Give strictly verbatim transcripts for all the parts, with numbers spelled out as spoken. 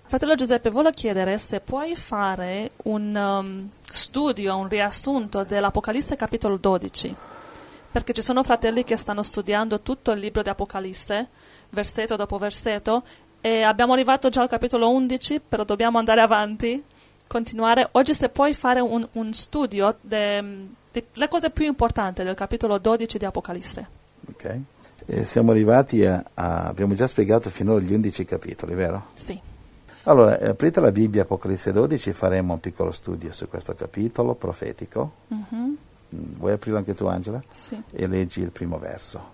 Fratello Giuseppe, volevo chiedere se puoi fare un um, studio, un riassunto dell'Apocalisse capitolo dodici, perché ci sono fratelli che stanno studiando tutto il libro di Apocalisse, versetto dopo versetto, e abbiamo arrivato già al capitolo undici, però dobbiamo andare avanti, continuare. Oggi se puoi fare un, un studio delle cose più importanti del capitolo dodici di Apocalisse. Ok, e siamo arrivati a, a, abbiamo già spiegato finora gli undici capitoli, vero? Sì. Allora, aprite la Bibbia, Apocalisse dodici, faremo un piccolo studio su questo capitolo profetico. Mm-hmm. Vuoi aprirlo anche tu, Angela? Sì. E leggi il primo verso.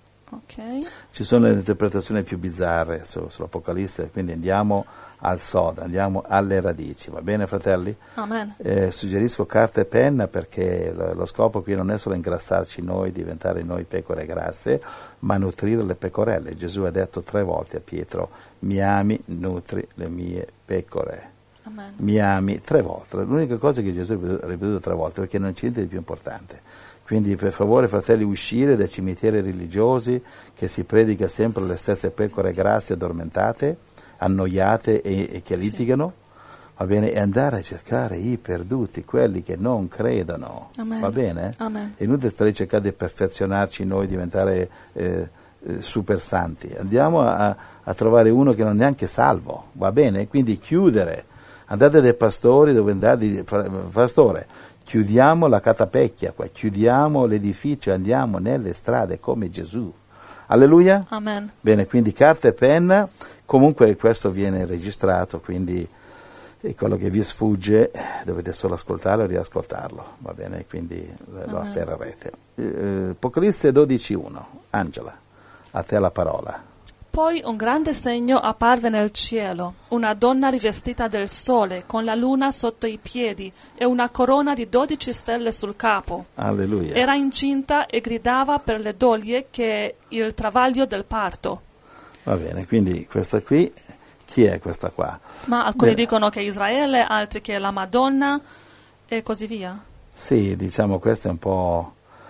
Ok. Ci sono le interpretazioni più bizzarre su, sull'Apocalisse, quindi andiamo al sodo, andiamo alle radici, va bene, fratelli? Amen. Eh, suggerisco carta e penna, perché lo, lo scopo qui non è solo ingrassarci noi, diventare noi pecore grasse, ma nutrire le pecorelle. Gesù ha detto tre volte a Pietro: mi ami, nutri le mie pecore. Amen. Mi ami tre volte. L'unica cosa che Gesù ha ripetuto tre volte, perché non c'è niente di più importante. Quindi per favore, fratelli, uscire dai cimiteri religiosi che si predica sempre le stesse pecore grasse addormentate, annoiate e, e che litigano, sì. Va bene, e andare a cercare i perduti, quelli che non credono. Amen. Va bene? Amen. E inutile stare cercando di perfezionarci noi, diventare eh, eh, super santi. Andiamo a, a trovare uno che non è neanche salvo, va bene? Quindi chiudere. Andate dai pastori, dove andate, pastore, chiudiamo la catapecchia qua, chiudiamo l'edificio, andiamo nelle strade come Gesù. Alleluia? Amen. Bene, quindi carta e penna. Comunque questo viene registrato, quindi è quello che vi sfugge dovete solo ascoltarlo e riascoltarlo, va bene? Quindi lo Amen. afferrerete. Eh, Apocalisse dodici uno. Angela, a te la parola. Poi un grande segno apparve nel cielo, una donna rivestita del sole, con la luna sotto i piedi e una corona di dodici stelle sul capo. Alleluia. Era incinta e gridava per le doglie che il travaglio del parto. Va bene, quindi questa qui, chi è questa qua? Ma alcuni Beh, dicono che è Israele, altri che è la Madonna e così via. Sì, diciamo questo è un po'...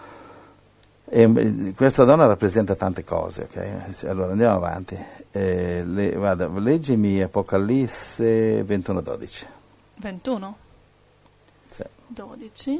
E questa donna rappresenta tante cose, ok? Allora andiamo avanti. Eh, le, vada, leggimi Apocalisse ventuno dodici. ventuno? Sì. dodici.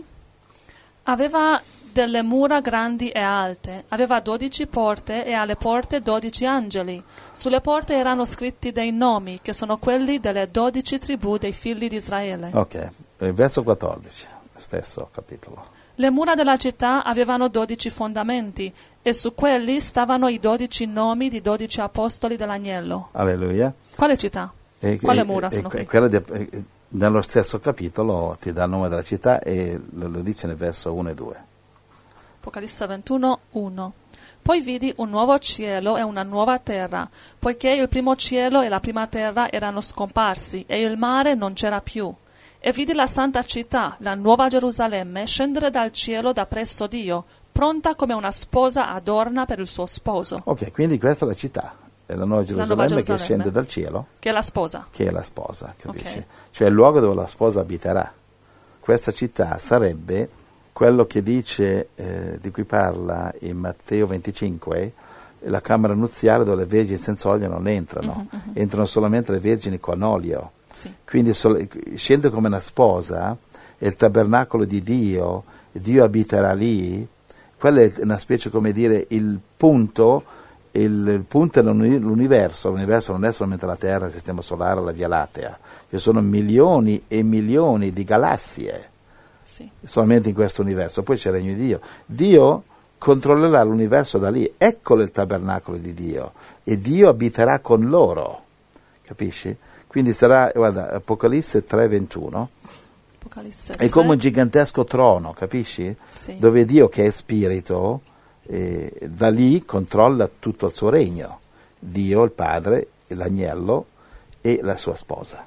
Aveva delle mura grandi e alte, aveva dodici porte e alle porte dodici angeli. Sulle porte erano scritti dei nomi, che sono quelli delle dodici tribù dei figli di Israele. Ok, eh, verso quattordici, stesso capitolo. Le mura della città avevano dodici fondamenti, e su quelli stavano i dodici nomi di dodici apostoli dell'agnello. Alleluia. Quale città? E, Quale e, mura e, sono e, qui? quella di, e, nello stesso capitolo ti dà il nome della città e lo, lo dice nel verso uno e due. Apocalisse ventuno, uno. Poi vidi un nuovo cielo e una nuova terra, poiché il primo cielo e la prima terra erano scomparsi e il mare non c'era più. E vidi la santa città, la nuova Gerusalemme, scendere dal cielo da presso Dio, pronta come una sposa adorna per il suo sposo. Ok, quindi questa è la città, è la nuova Gerusalemme, la nuova Gerusalemme che scende dal cielo, che è la sposa. che è la sposa, capisci? Okay. Cioè il luogo dove la sposa abiterà. Questa città sarebbe quello che dice, eh, di cui parla in Matteo venticinque, la camera nuziale dove le vergini senza olio non entrano, uh-huh, uh-huh. entrano solamente le vergini con olio. Sì. Quindi sol- scende come una sposa, è il tabernacolo di Dio, Dio abiterà lì. Quella è una specie, come dire, il punto, il, il punto è l'universo. L'universo non è solamente la Terra, il sistema solare, la Via Lattea. Ci sono milioni e milioni di galassie, sì. solamente in questo universo. Poi c'è il regno di Dio. Dio controllerà l'universo da lì. Eccolo il tabernacolo di Dio. E Dio abiterà con loro. Capisci? Quindi sarà, guarda, Apocalisse tre ventuno, Apocalisse è come un gigantesco trono, capisci? Sì. Dove Dio, che è spirito, eh, da lì controlla tutto il suo regno. Dio, il Padre, l'agnello e la sua sposa.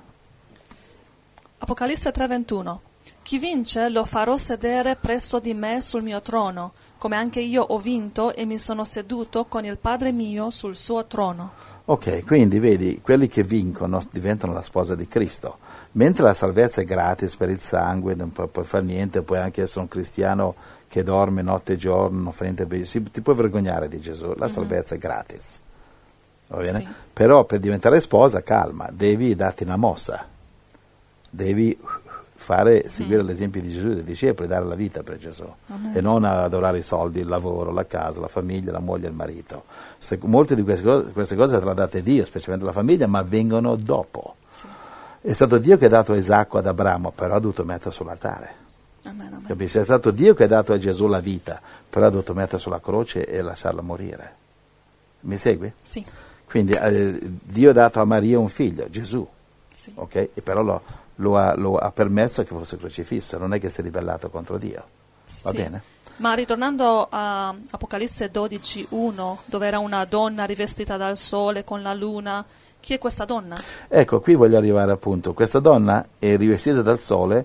Apocalisse tre ventuno. Chi vince lo farò sedere presso di me sul mio trono, come anche io ho vinto e mi sono seduto con il Padre mio sul suo trono. Ok, quindi vedi, quelli che vincono diventano la sposa di Cristo, mentre la salvezza è gratis per il sangue, non puoi, puoi fare niente, puoi anche essere un cristiano che dorme notte e giorno, non fa niente, ti puoi vergognare di Gesù, la salvezza mm-hmm. è gratis. va bene? Sì. Però per diventare sposa, calma, devi darti una mossa, devi fare, seguire mm. l'esempio di Gesù e dei discepoli, dare la vita per Gesù. Amen. E non adorare i soldi, il lavoro, la casa, la famiglia, la moglie, il marito. Se, molte di queste cose, queste cose te le ha date Dio, specialmente la famiglia, ma vengono dopo. Sì. È stato Dio che ha dato a Isacco ad Abramo, però ha dovuto mettere sull'altare. Amen, amen. Capisci? È stato Dio che ha dato a Gesù la vita, però ha dovuto mettere sulla croce e lasciarla morire. Mi segui? Sì. Quindi eh, Dio ha dato a Maria un figlio, Gesù, sì. Ok? E però lo, lo, ha, lo ha permesso che fosse crocifisso, non è che si è ribellato contro Dio. Sì. Va bene? Ma ritornando a Apocalisse dodici uno, dove era una donna rivestita dal sole con la luna, chi è questa donna? Ecco, qui voglio arrivare appunto. Questa donna è rivestita dal sole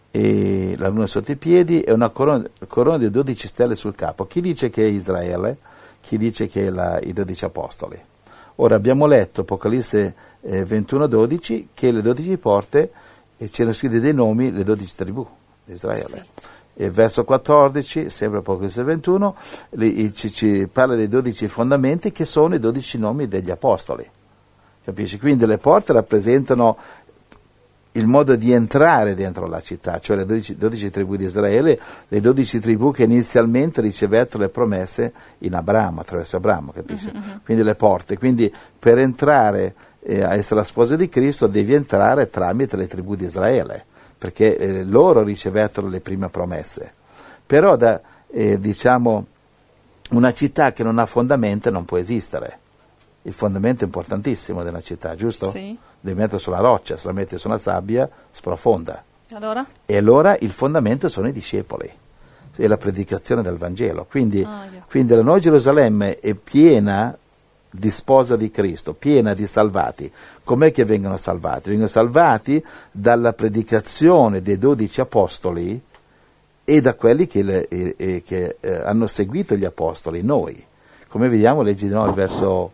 e la luna sotto i piedi e una corona, corona di dodici stelle sul capo. Chi dice che è Israele? Chi dice che è la, i dodici apostoli? Ora abbiamo letto Apocalisse eh, ventuno dodici che le dodici porte eh, c'erano scritti dei nomi, le dodici tribù di Israele. Sì. E verso quattordici, sempre Apocalisse ventuno, li, ci, ci parla dei dodici fondamenti che sono i dodici nomi degli apostoli. Capisci? Quindi le porte rappresentano il modo di entrare dentro la città, cioè le dodici, dodici tribù di Israele, le dodici tribù che inizialmente ricevettero le promesse in Abramo, attraverso Abramo, capisci? Uh-huh. Quindi le porte. Quindi per entrare eh, a essere la sposa di Cristo devi entrare tramite le tribù di Israele, perché eh, loro ricevettero le prime promesse. Però da, eh, diciamo, una città che non ha fondamento non può esistere. Il fondamento è importantissimo della città, giusto? Sì. Devi mettere sulla roccia, se la metti sulla sabbia sprofonda. E allora? E allora il fondamento sono i discepoli e la predicazione del Vangelo. Quindi, ah, yeah. quindi la Nuova Gerusalemme è piena di sposa di Cristo, piena di salvati. Com'è che vengono salvati? Vengono salvati dalla predicazione dei dodici apostoli e da quelli che, le, e, e, che eh, hanno seguito gli apostoli, noi. Come vediamo, leggi di nuovo il verso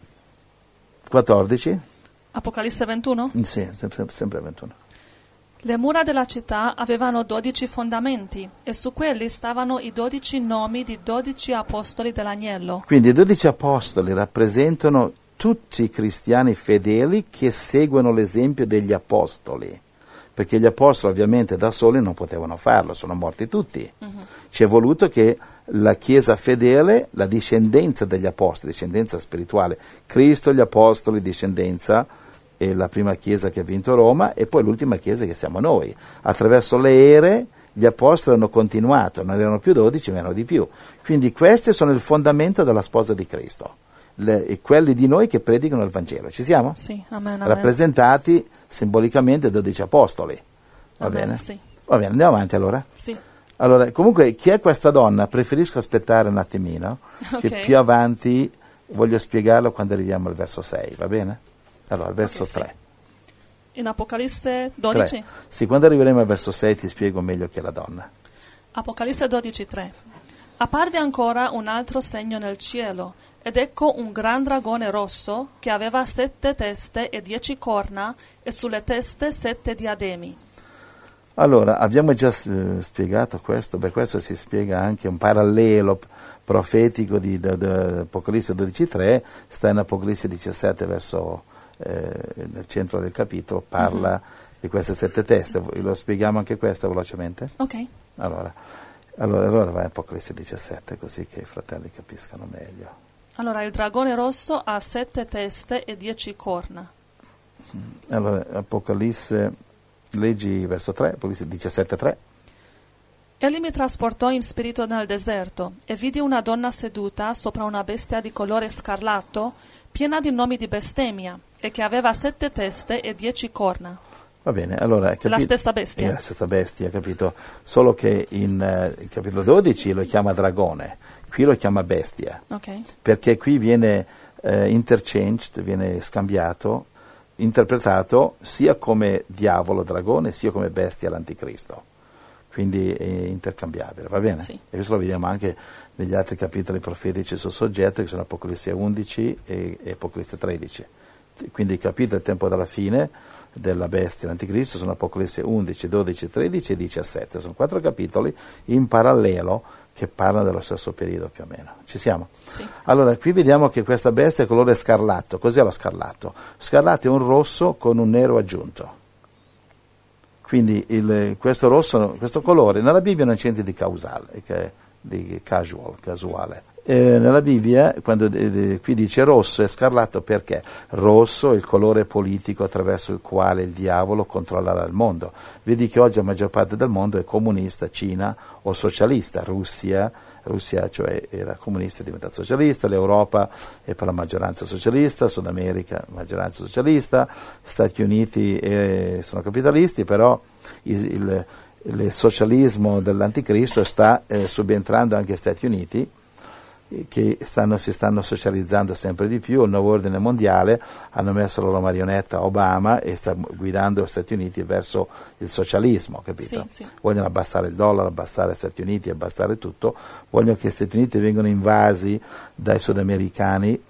quattordici. Apocalisse ventuno? Sì, sempre, sempre ventuno. Le mura della città avevano dodici fondamenti e su quelli stavano i dodici nomi di dodici apostoli dell'agnello. Quindi i dodici apostoli rappresentano tutti i cristiani fedeli che seguono l'esempio degli apostoli, perché gli apostoli ovviamente da soli non potevano farlo, sono morti tutti. Uh-huh. Ci è voluto che la Chiesa fedele, la discendenza degli apostoli, discendenza spirituale, Cristo, gli apostoli, discendenza, è la prima Chiesa che ha vinto Roma e poi l'ultima Chiesa che siamo noi. Attraverso le ere gli apostoli hanno continuato, non erano più dodici ma erano di più. Quindi questi sono il fondamento della sposa di Cristo, le, e quelli di noi che predicano il Vangelo. Ci siamo? Sì, amen, amen. Rappresentati simbolicamente dodici apostoli. Va amen, bene? Sì. Va bene, andiamo avanti allora? Sì. Allora, comunque, chi è questa donna? Preferisco aspettare un attimino, okay. Che più avanti voglio spiegarlo quando arriviamo al verso sei, va bene? Allora, al verso okay, tre. Sì. In Apocalisse dodici? tre. Sì, quando arriveremo al verso sei ti spiego meglio chi è la donna. Apocalisse dodici, tre. Apparve ancora un altro segno nel cielo, ed ecco un gran dragone rosso che aveva sette teste e dieci corna, e sulle teste sette diademi. Allora, abbiamo già uh, spiegato questo, per questo si spiega anche un parallelo profetico di, di, di Apocalisse dodici tre, sta in Apocalisse diciassette verso eh, nel centro del capitolo, parla uh-huh. di queste sette teste. Lo spieghiamo anche questo velocemente? Ok. Allora, allora, allora vai a Apocalisse diciassette così che i fratelli capiscano meglio. Allora, il dragone rosso ha sette teste e dieci corna. Allora, Apocalisse... Leggi verso tre, Apocalisse diciassette tre. Egli mi trasportò in spirito nel deserto e vidi una donna seduta sopra una bestia di colore scarlatto, piena di nomi di bestemmia, e che aveva sette teste e dieci corna. Va bene, allora... Capi- la stessa bestia. È la stessa bestia, capito? Solo che in uh, capitolo dodici lo chiama dragone, qui lo chiama bestia. Okay. Perché qui viene uh, interchanged, viene scambiato, interpretato sia come diavolo, dragone, sia come bestia l'anticristo. Quindi è intercambiabile, va bene? Sì. E questo lo vediamo anche negli altri capitoli profetici sul soggetto, che sono Apocalisse undici e, e Apocalisse tredici. Quindi i capitoli del tempo della fine della bestia l'anticristo sono Apocalisse undici, dodici, tredici e diciassette. Sono quattro capitoli in parallelo che parlano dello stesso periodo più o meno. Ci siamo? Sì. Allora, qui vediamo che questa bestia è colore scarlatto. Cos'è lo scarlatto? Scarlatto è un rosso con un nero aggiunto. Quindi il, questo rosso, questo colore, nella Bibbia non c'è niente di causale, che, di casual, casuale. Eh, nella Bibbia, quando eh, qui dice rosso e scarlatto, perché? Rosso è il colore politico attraverso il quale il diavolo controllerà il mondo. Vedi che oggi la maggior parte del mondo è comunista, Cina o socialista. Russia, Russia cioè era comunista, è diventata socialista, l'Europa è per la maggioranza socialista, Sud America maggioranza socialista, Stati Uniti eh, sono capitalisti, però il, il, il socialismo dell'anticristo sta eh, subentrando anche agli Stati Uniti, che stanno, si stanno socializzando sempre di più. Il nuovo ordine mondiale hanno messo la loro marionetta Obama e sta guidando gli Stati Uniti verso il socialismo, capito? Sì, sì. Vogliono abbassare il dollaro, abbassare gli Stati Uniti, abbassare tutto, vogliono che gli Stati Uniti vengano invasi dai sudamericani,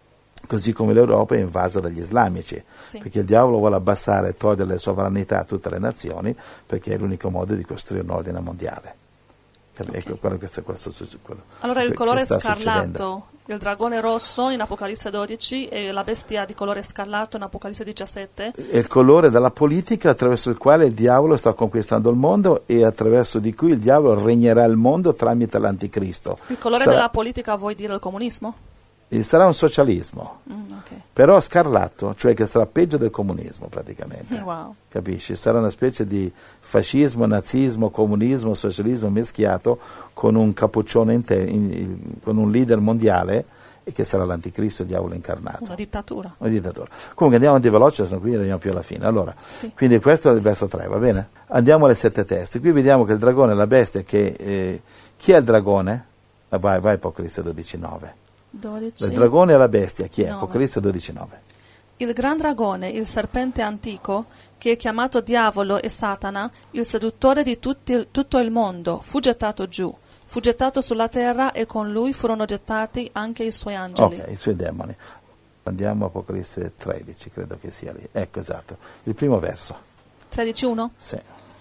così come l'Europa è invasa dagli islamici, sì. perché il diavolo vuole abbassare e togliere le sovranità a tutte le nazioni, perché è l'unico modo di costruire un ordine mondiale. Okay. Ecco, quello che, questo, quello, allora il colore scarlatto, succedendo. Il dragone rosso in Apocalisse dodici e la bestia di colore scarlatto in Apocalisse diciassette. È il colore della politica attraverso il quale il diavolo sta conquistando il mondo e attraverso di cui il diavolo regnerà il mondo tramite l'anticristo. Il colore sarà, della politica vuoi dire il comunismo? Sarà un socialismo, Mm, okay. però scarlatto, cioè che sarà peggio del comunismo praticamente. Wow. Capisci? Sarà una specie di fascismo, nazismo, comunismo, socialismo mischiato con un cappuccione in te, in, con un leader mondiale, e che sarà l'anticristo, il diavolo incarnato. Una dittatura. Una dittatura. Comunque andiamo avanti veloce, se no qui arriviamo più alla fine. Allora, sì. Quindi questo è il verso tre, va bene? Andiamo alle sette teste. Qui vediamo che il dragone è la bestia che... Eh, chi è il dragone? Ah, vai, vai, Apocalisse dodici nove. dodici. Il dragone e la bestia, chi è? nove. Apocalisse dodici nove. Il gran dragone, il serpente antico, che è chiamato diavolo e Satana, il seduttore di tutti, tutto il mondo, fu gettato giù, fu gettato sulla terra e con lui furono gettati anche i suoi angeli. Ok, i suoi demoni. Andiamo a Apocalisse tredici, credo che sia lì. Ecco, esatto. Il primo verso. tredici uno? Sì.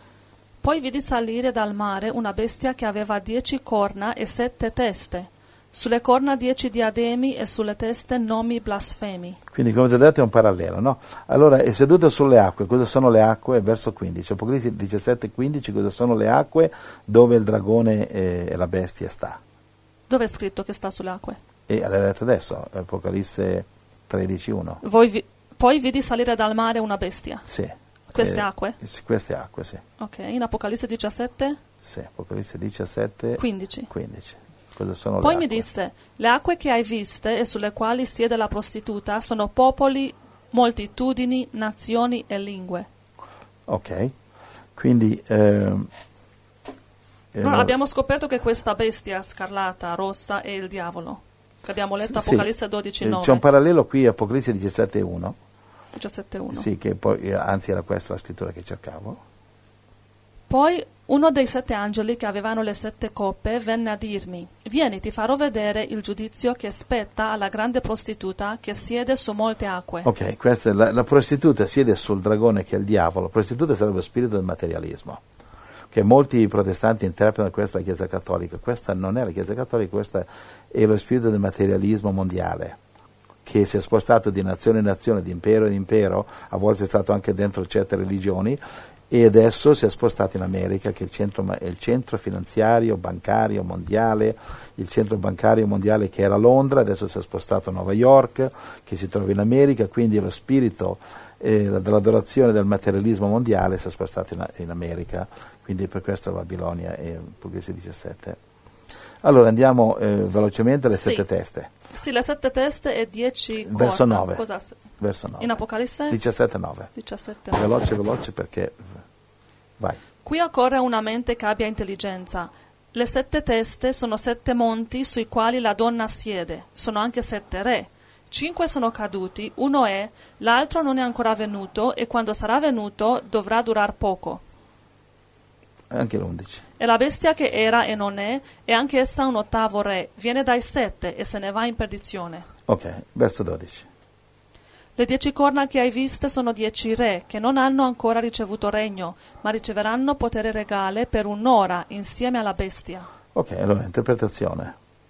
Poi vidi salire dal mare una bestia che aveva dieci corna e sette teste. Sulle corna dieci diademi e sulle teste nomi blasfemi. Quindi, come ti ho detto, è un parallelo, no? Allora, è seduto sulle acque. Cosa sono le acque? Verso quindici. Apocalisse diciassette quindici, cosa sono le acque dove il dragone e la bestia sta? Dove è scritto che sta sulle acque? E l'hai letto adesso, Apocalisse tredici uno. Voi vi- poi vidi salire dal mare una bestia. Sì. Queste Eh, acque? sì, queste acque, sì. Ok, in Apocalisse diciassette? Sì, Apocalisse diciassette quindici. quindici. Cosa sono Poi le mi acque? disse, le acque che hai viste e sulle quali siede la prostituta sono popoli, moltitudini, nazioni e lingue. Ok, quindi... ehm, eh, No, no, abbiamo scoperto che questa bestia scarlata, rossa, è il diavolo. Che abbiamo letto sì, Apocalisse dodici eh, nove. c'è un parallelo qui, Apocalisse diciassette uno. diciassette uno. Sì, che poi, eh, anzi era questa la scrittura che cercavo. Poi uno dei sette angeli che avevano le sette coppe venne a dirmi, vieni, ti farò vedere il giudizio che spetta alla grande prostituta che siede su molte acque. Ok, questa è la, la prostituta siede sul dragone che è il diavolo. La prostituta sarebbe lo spirito del materialismo, che molti protestanti interpretano questa la Chiesa Cattolica. Questa non è la Chiesa Cattolica, questa è lo spirito del materialismo mondiale, che si è spostato di nazione in nazione, di impero in impero, a volte è stato anche dentro certe religioni, e adesso si è spostato in America, che è il centro, è il centro finanziario, bancario mondiale, il centro bancario mondiale che era a Londra, adesso si è spostato a New York, che si trova in America, quindi lo spirito eh, dell'adorazione del materialismo mondiale si è spostato in, in America, quindi per questo Babilonia e Apocalisse diciassette. Allora andiamo eh, velocemente alle Sì. sette teste. Sì, le sette teste e dieci corna. Verso nove. Cosa? Verso nove. In Apocalisse? diciassette nove. diciassette. Veloce, veloce perché... Vai. Qui occorre una mente che abbia intelligenza. Le sette teste sono sette monti sui quali la donna siede. Sono anche sette re. Cinque sono caduti, uno è, l'altro non è ancora venuto e quando sarà venuto dovrà durar poco. Anche l'undici. E la bestia che era e non è, è anche essa un ottavo re, viene dai sette e se ne va in perdizione. Ok, verso dodici. Le dieci corna che hai viste sono dieci re, che non hanno ancora ricevuto regno, ma riceveranno potere regale per un'ora insieme alla bestia. Ok, allora interpretazione.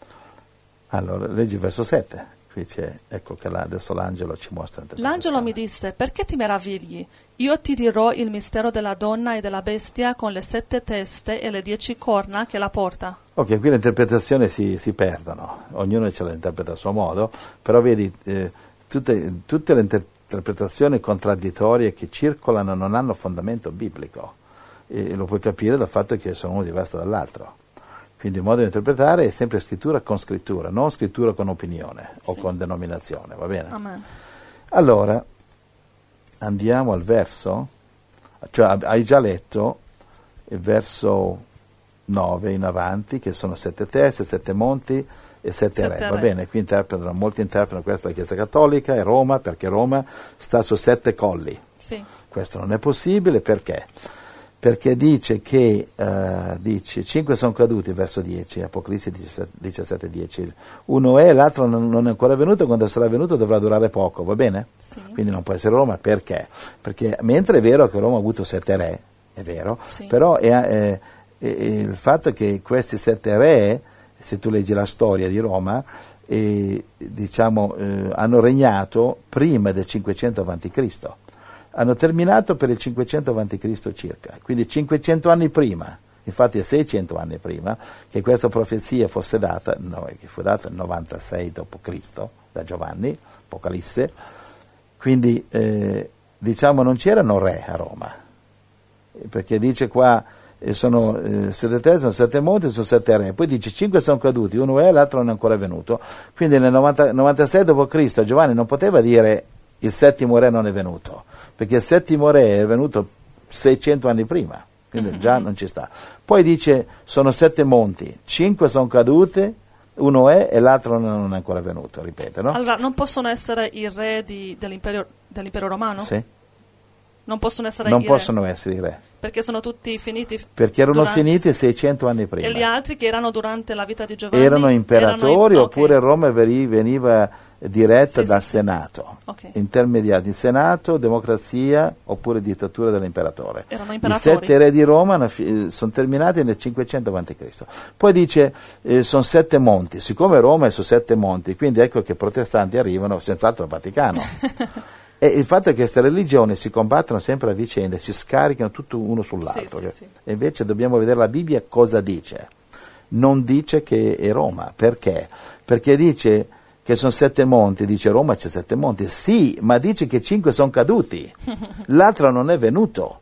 Allora, leggi il verso sette. Qui c'è, ecco che là, adesso l'angelo ci mostra l'interpretazione. L'angelo mi disse: perché ti meravigli? Io ti dirò il mistero della donna e della bestia con le sette teste e le dieci corna che la porta. Ok, qui le interpretazioni si, si perdono, ognuno ce la interpreta a suo modo, però vedi, eh, tutte, tutte le interpretazioni contraddittorie che circolano non hanno fondamento biblico, e lo puoi capire dal fatto che sono uno diverso dall'altro. Quindi il modo di interpretare è sempre scrittura con scrittura, non scrittura con opinione o sì. con denominazione, va bene? Amen. Allora, andiamo al verso, cioè hai già letto il verso nove in avanti, che sono sette teste, sette monti e sette, sette re, re, va bene? Qui interpretano, molti interpretano questa la Chiesa Cattolica e Roma, perché Roma sta su sette colli. Sì. Questo non è possibile, perché? Perché dice che, uh, dice, cinque sono caduti, verso dieci, Apocalisse diciassette dieci, uno è, l'altro non, non è ancora venuto, quando sarà venuto dovrà durare poco, va bene? Sì. Quindi non può essere Roma, perché? Perché mentre è vero che Roma ha avuto sette re, è vero, sì. però è, è, è, il fatto che questi sette re, se tu leggi la storia di Roma, eh, diciamo, eh, hanno regnato prima del cinquecento avanti Cristo. Hanno terminato per il cinquecento avanti Cristo circa, quindi cinquecento anni prima, infatti è seicento anni prima che questa profezia fosse data, no, che fu data nel novantasei dopo Cristo da Giovanni, Apocalisse, quindi eh, diciamo non c'erano re a Roma, perché dice qua eh, sono eh, sette teste, sono sette monti, sono sette re, poi dice cinque sono caduti, uno è, l'altro non è ancora venuto, quindi nel novanta, novantasei dopo Cristo Giovanni non poteva dire il settimo re non è venuto, perché il settimo re è venuto seicento anni prima, quindi mm-hmm. già non ci sta. Poi dice sono sette monti, cinque sono cadute, uno è e l'altro non è ancora venuto, ripete, no? Allora, non possono essere i re di, dell'impero, dell'impero romano? Sì. Non possono essere non i possono re? essere i re. Perché sono tutti finiti? Perché erano durante... finiti seicento anni prima. E gli altri che erano durante la vita di Giovanni? Erano imperatori, erano... oppure okay. Roma veniva diretta sì, dal sì, Senato, sì. Okay. intermediati, Senato, democrazia oppure dittatura dell'imperatore. Erano I imperatori. sette re di Roma sono terminati nel cinquecento avanti Cristo. Poi dice eh, sono sette monti, siccome Roma è su sette monti, quindi ecco che i protestanti arrivano senz'altro al Vaticano. E il fatto è che queste religioni si combattono sempre a vicenda, si scaricano tutto uno sull'altro. Sì, sì, sì. E invece dobbiamo vedere la Bibbia cosa dice. Non dice che è Roma, perché? Perché dice che sono sette monti, dice Roma c'è sette monti, sì, ma dice che cinque sono caduti, l'altro non è venuto,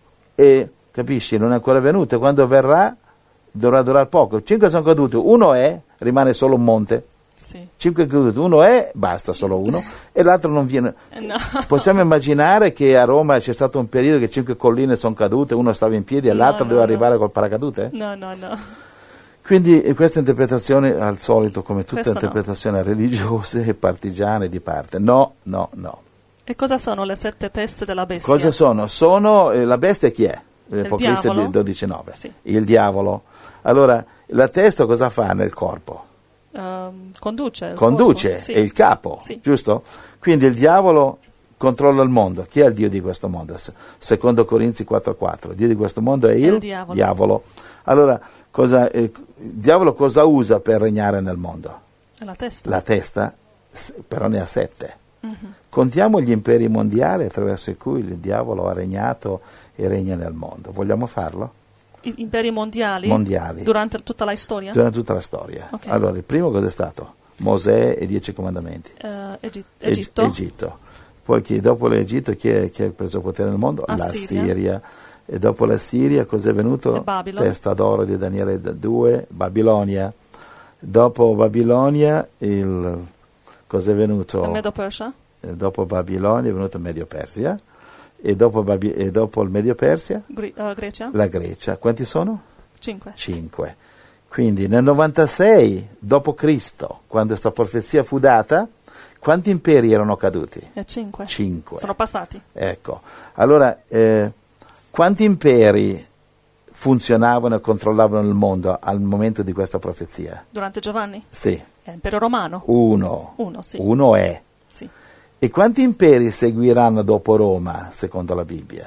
e capisci, non è ancora venuto, e quando verrà dovrà durare poco, cinque sono caduti, uno è, rimane solo un monte, sì. cinque caduti, uno è, basta solo uno, e l'altro non viene. No. Possiamo immaginare che a Roma c'è stato un periodo che cinque colline sono cadute, uno stava in piedi e no, l'altro no, doveva no. arrivare col paracadute? No, no, no. Quindi questa interpretazione, al solito, come tutte Questo le interpretazioni no. religiose e partigiane di parte, no, no, no. E cosa sono le sette teste della bestia? Cosa sono? Sono eh, la bestia chi è? Apocalisse dodici nove. Sì. Il diavolo. Allora, la testa cosa fa nel corpo? Uh, conduce. Il conduce, corpo. Sì. È il capo, sì. giusto? Quindi il diavolo controlla il mondo. Chi è il Dio di questo mondo? Secondo Corinzi quattro quattro. Il Dio di questo mondo è il, il diavolo. diavolo. Allora, cosa, eh, il diavolo cosa usa per regnare nel mondo? La testa. La testa, però ne ha sette. Uh-huh. Contiamo gli imperi mondiali attraverso cui il diavolo ha regnato e regna nel mondo. Vogliamo farlo? I imperi mondiali? Mondiali. Durante tutta la storia? Durante tutta la storia. Okay. Allora, il primo cos'è stato? Mosè e i dieci comandamenti. Uh, Egi- Egitto. Eg- Egitto. Poi chi, dopo l'Egitto chi, è, chi ha preso potere nel mondo? Assiria. La Siria. E dopo la Siria cos'è venuto? Testa d'oro di Daniele due, Babilonia. Dopo Babilonia il, cos'è venuto? Il Medo Persia. E dopo Babilonia è venuto Medio Persia. E dopo, Babi- e dopo il Medio Persia? Gre- uh, Grecia. La Grecia. Quanti sono? Cinque. Cinque. Quindi nel novantasei dopo Cristo, quando questa profezia fu data, quanti imperi erano caduti? E cinque. Cinque. Sono passati. Ecco. Allora, eh, quanti imperi funzionavano e controllavano il mondo al momento di questa profezia? Durante Giovanni? Sì. È impero romano? Uno. Uno, sì. Uno è. Sì. E quanti imperi seguiranno dopo Roma, secondo la Bibbia?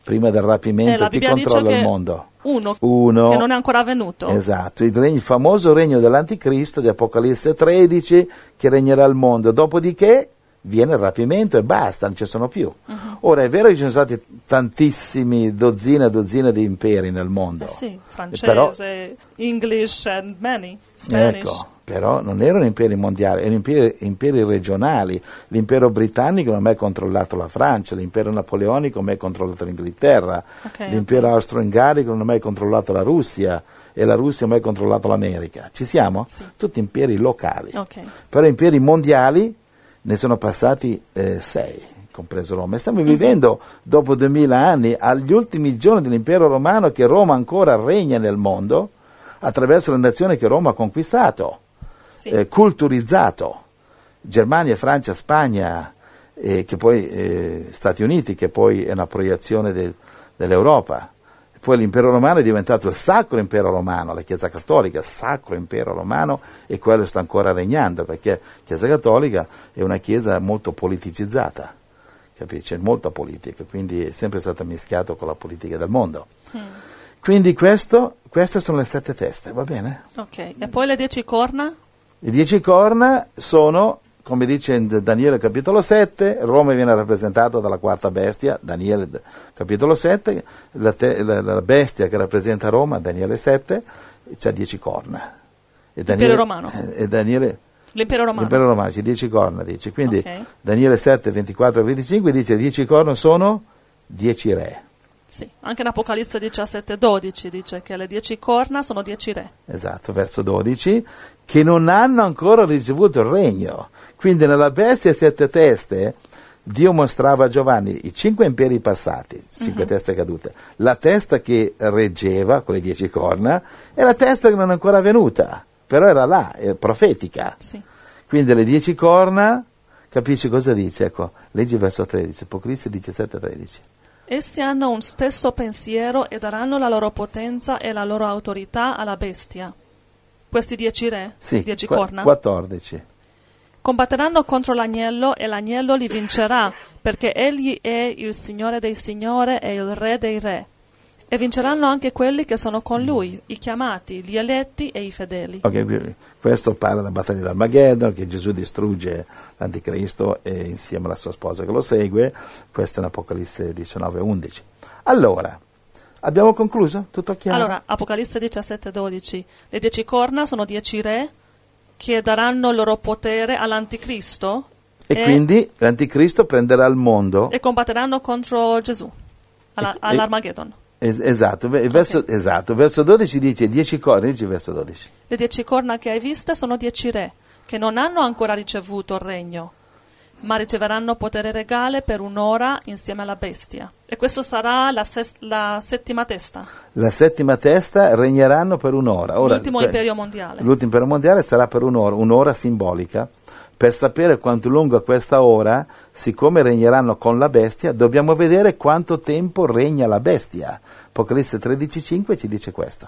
prima del E rapimento, la chi Bibbia dice controlla che il mondo? uno, Uno. che non è ancora avvenuto. Esatto, il, regno, il famoso regno dell'Anticristo di Apocalisse tredici che regnerà il mondo, dopodiché viene il rapimento e basta, non ci sono più. Uh-huh. Ora è vero che ci sono stati tantissimi, dozzine e dozzine di imperi nel mondo. Eh sì, francese, però, English and many, Spanish. Ecco, però non erano imperi mondiali, erano imperi, imperi regionali. L'impero britannico non ha mai controllato la Francia, l'impero napoleonico non ha mai controllato l'Inghilterra, Okay, l'impero okay. austro-ungarico non ha mai controllato la Russia e la Russia non ha mai controllato l'America. Ci siamo? Sì. Tutti imperi locali. Okay. Però imperi mondiali ne sono passati eh, sei, compreso Roma. E stiamo vivendo, dopo duemila anni, agli ultimi giorni dell'impero romano, che Roma ancora regna nel mondo attraverso le nazioni che Roma ha conquistato, Sì. eh, culturizzato. Germania, Francia, Spagna, eh, che poi eh, Stati Uniti, che poi è una proiezione de, dell'Europa. Poi l'impero romano è diventato il sacro impero romano, la Chiesa Cattolica, il sacro impero romano, e quello sta ancora regnando, perché la Chiesa Cattolica è una chiesa molto politicizzata, capisci? Molta politica, quindi è sempre stata mischiata con la politica del mondo. Mm. Quindi questo, queste sono le sette teste, va bene? Ok, e poi le dieci corna? Le dieci corna sono, come dice in Daniele capitolo sette, Roma viene rappresentata dalla quarta bestia, Daniele capitolo sette, la, te, la, la bestia che rappresenta Roma, Daniele sette, c'ha dieci corna. E Daniele, L'impero romano? E Daniele, L'impero romano? L'impero romano, c'è dieci corna, dice. Quindi Okay. Daniele sette, ventiquattro e venticinque dice dieci corna sono dieci re. Sì, anche in Apocalisse diciassette dodici dice che le dieci corna sono dieci re. Esatto, verso dodici, che non hanno ancora ricevuto il regno. Quindi nella bestia e sette teste Dio mostrava a Giovanni i cinque imperi passati, cinque uh-huh. teste cadute, la testa che reggeva con le dieci corna e la testa che non è ancora venuta, però era là, è profetica. Sì. Quindi le dieci corna, capisci cosa dice? Ecco, leggi verso tredici, Apocalisse diciassette tredici. Essi hanno un stesso pensiero e daranno la loro potenza e la loro autorità alla bestia. Questi dieci re, sì, dieci qu- corna, quattordici. combatteranno contro l'agnello e l'agnello li vincerà, perché egli è il Signore dei signori e il Re dei re. E vinceranno anche quelli che sono con lui, i chiamati, gli eletti e i fedeli. Okay, questo parla della battaglia di Armageddon, che Gesù distrugge l'Anticristo e insieme alla sua sposa che lo segue. Questo è in Apocalisse diciannove undici. Allora, abbiamo concluso? Tutto chiaro? Allora, Apocalisse diciassette dodici. Le dieci corna sono dieci re che daranno il loro potere all'Anticristo. E, e quindi l'Anticristo prenderà il mondo. E combatteranno contro Gesù, alla, e, all'Armageddon. Es- esatto, verso, okay. esatto, verso dodici dice dieci corna, dice verso dodici. Le dieci corna che hai viste sono dieci re, che non hanno ancora ricevuto il regno, ma riceveranno potere regale per un'ora insieme alla bestia. E questo sarà la, ses- la settima testa. La settima testa regneranno per un'ora. Ora, l'ultimo que- imperio mondiale. L'ultimo imperio mondiale sarà per un'ora, un'ora simbolica. Per sapere quanto lunga questa ora, siccome regneranno con la bestia, dobbiamo vedere quanto tempo regna la bestia. Apocalisse tredici cinque ci dice questo.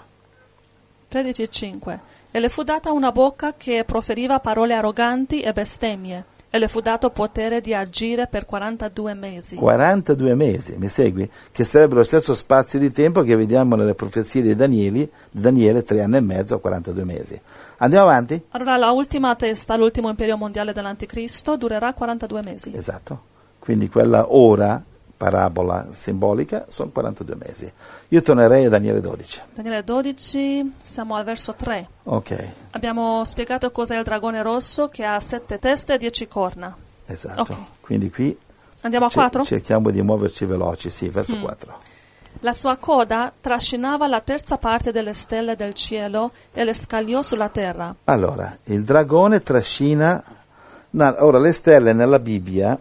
tredici cinque. E le fu data una bocca che proferiva parole arroganti e bestemmie, e le fu dato potere di agire per quarantadue mesi. quarantadue mesi, mi segui? Che sarebbe lo stesso spazio di tempo che vediamo nelle profezie di Daniele, di Daniele tre anni e mezzo, quarantadue mesi. Andiamo avanti? Allora la ultima testa, l'ultimo imperio mondiale dell'Anticristo, durerà quarantadue mesi. Esatto. Quindi quella ora, parabola simbolica, sono quarantadue mesi. Io tornerei a Daniele dodici. Daniele dodici, siamo al verso tre. Ok. Abbiamo spiegato cos'è il dragone rosso che ha sette teste e dieci corna. Esatto. Okay. Quindi qui andiamo a c- quattro? cerchiamo di muoverci veloci, sì, verso mm. quattro. La sua coda trascinava la terza parte delle stelle del cielo e le scagliò sulla terra. Allora, il dragone trascina... No, ora, le stelle nella Bibbia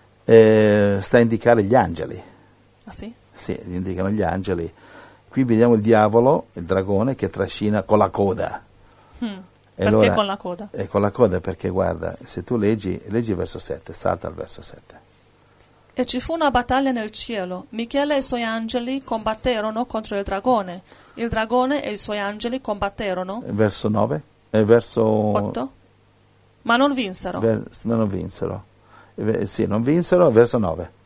eh, sta a indicare gli angeli. Ah sì? Sì, indicano gli angeli. Qui vediamo il diavolo, il dragone, che trascina con la coda. Mm. E perché allora, con la coda? E con la coda perché, guarda, se tu leggi, leggi il verso sette, salta al verso sette. E ci fu una battaglia nel cielo. Michele e i suoi angeli combatterono contro il dragone. Il dragone e i suoi angeli combatterono. Verso nove? Eh, verso otto? Ma non vinsero. Ver, ma non vinsero. Eh, sì, non vinsero, verso nove.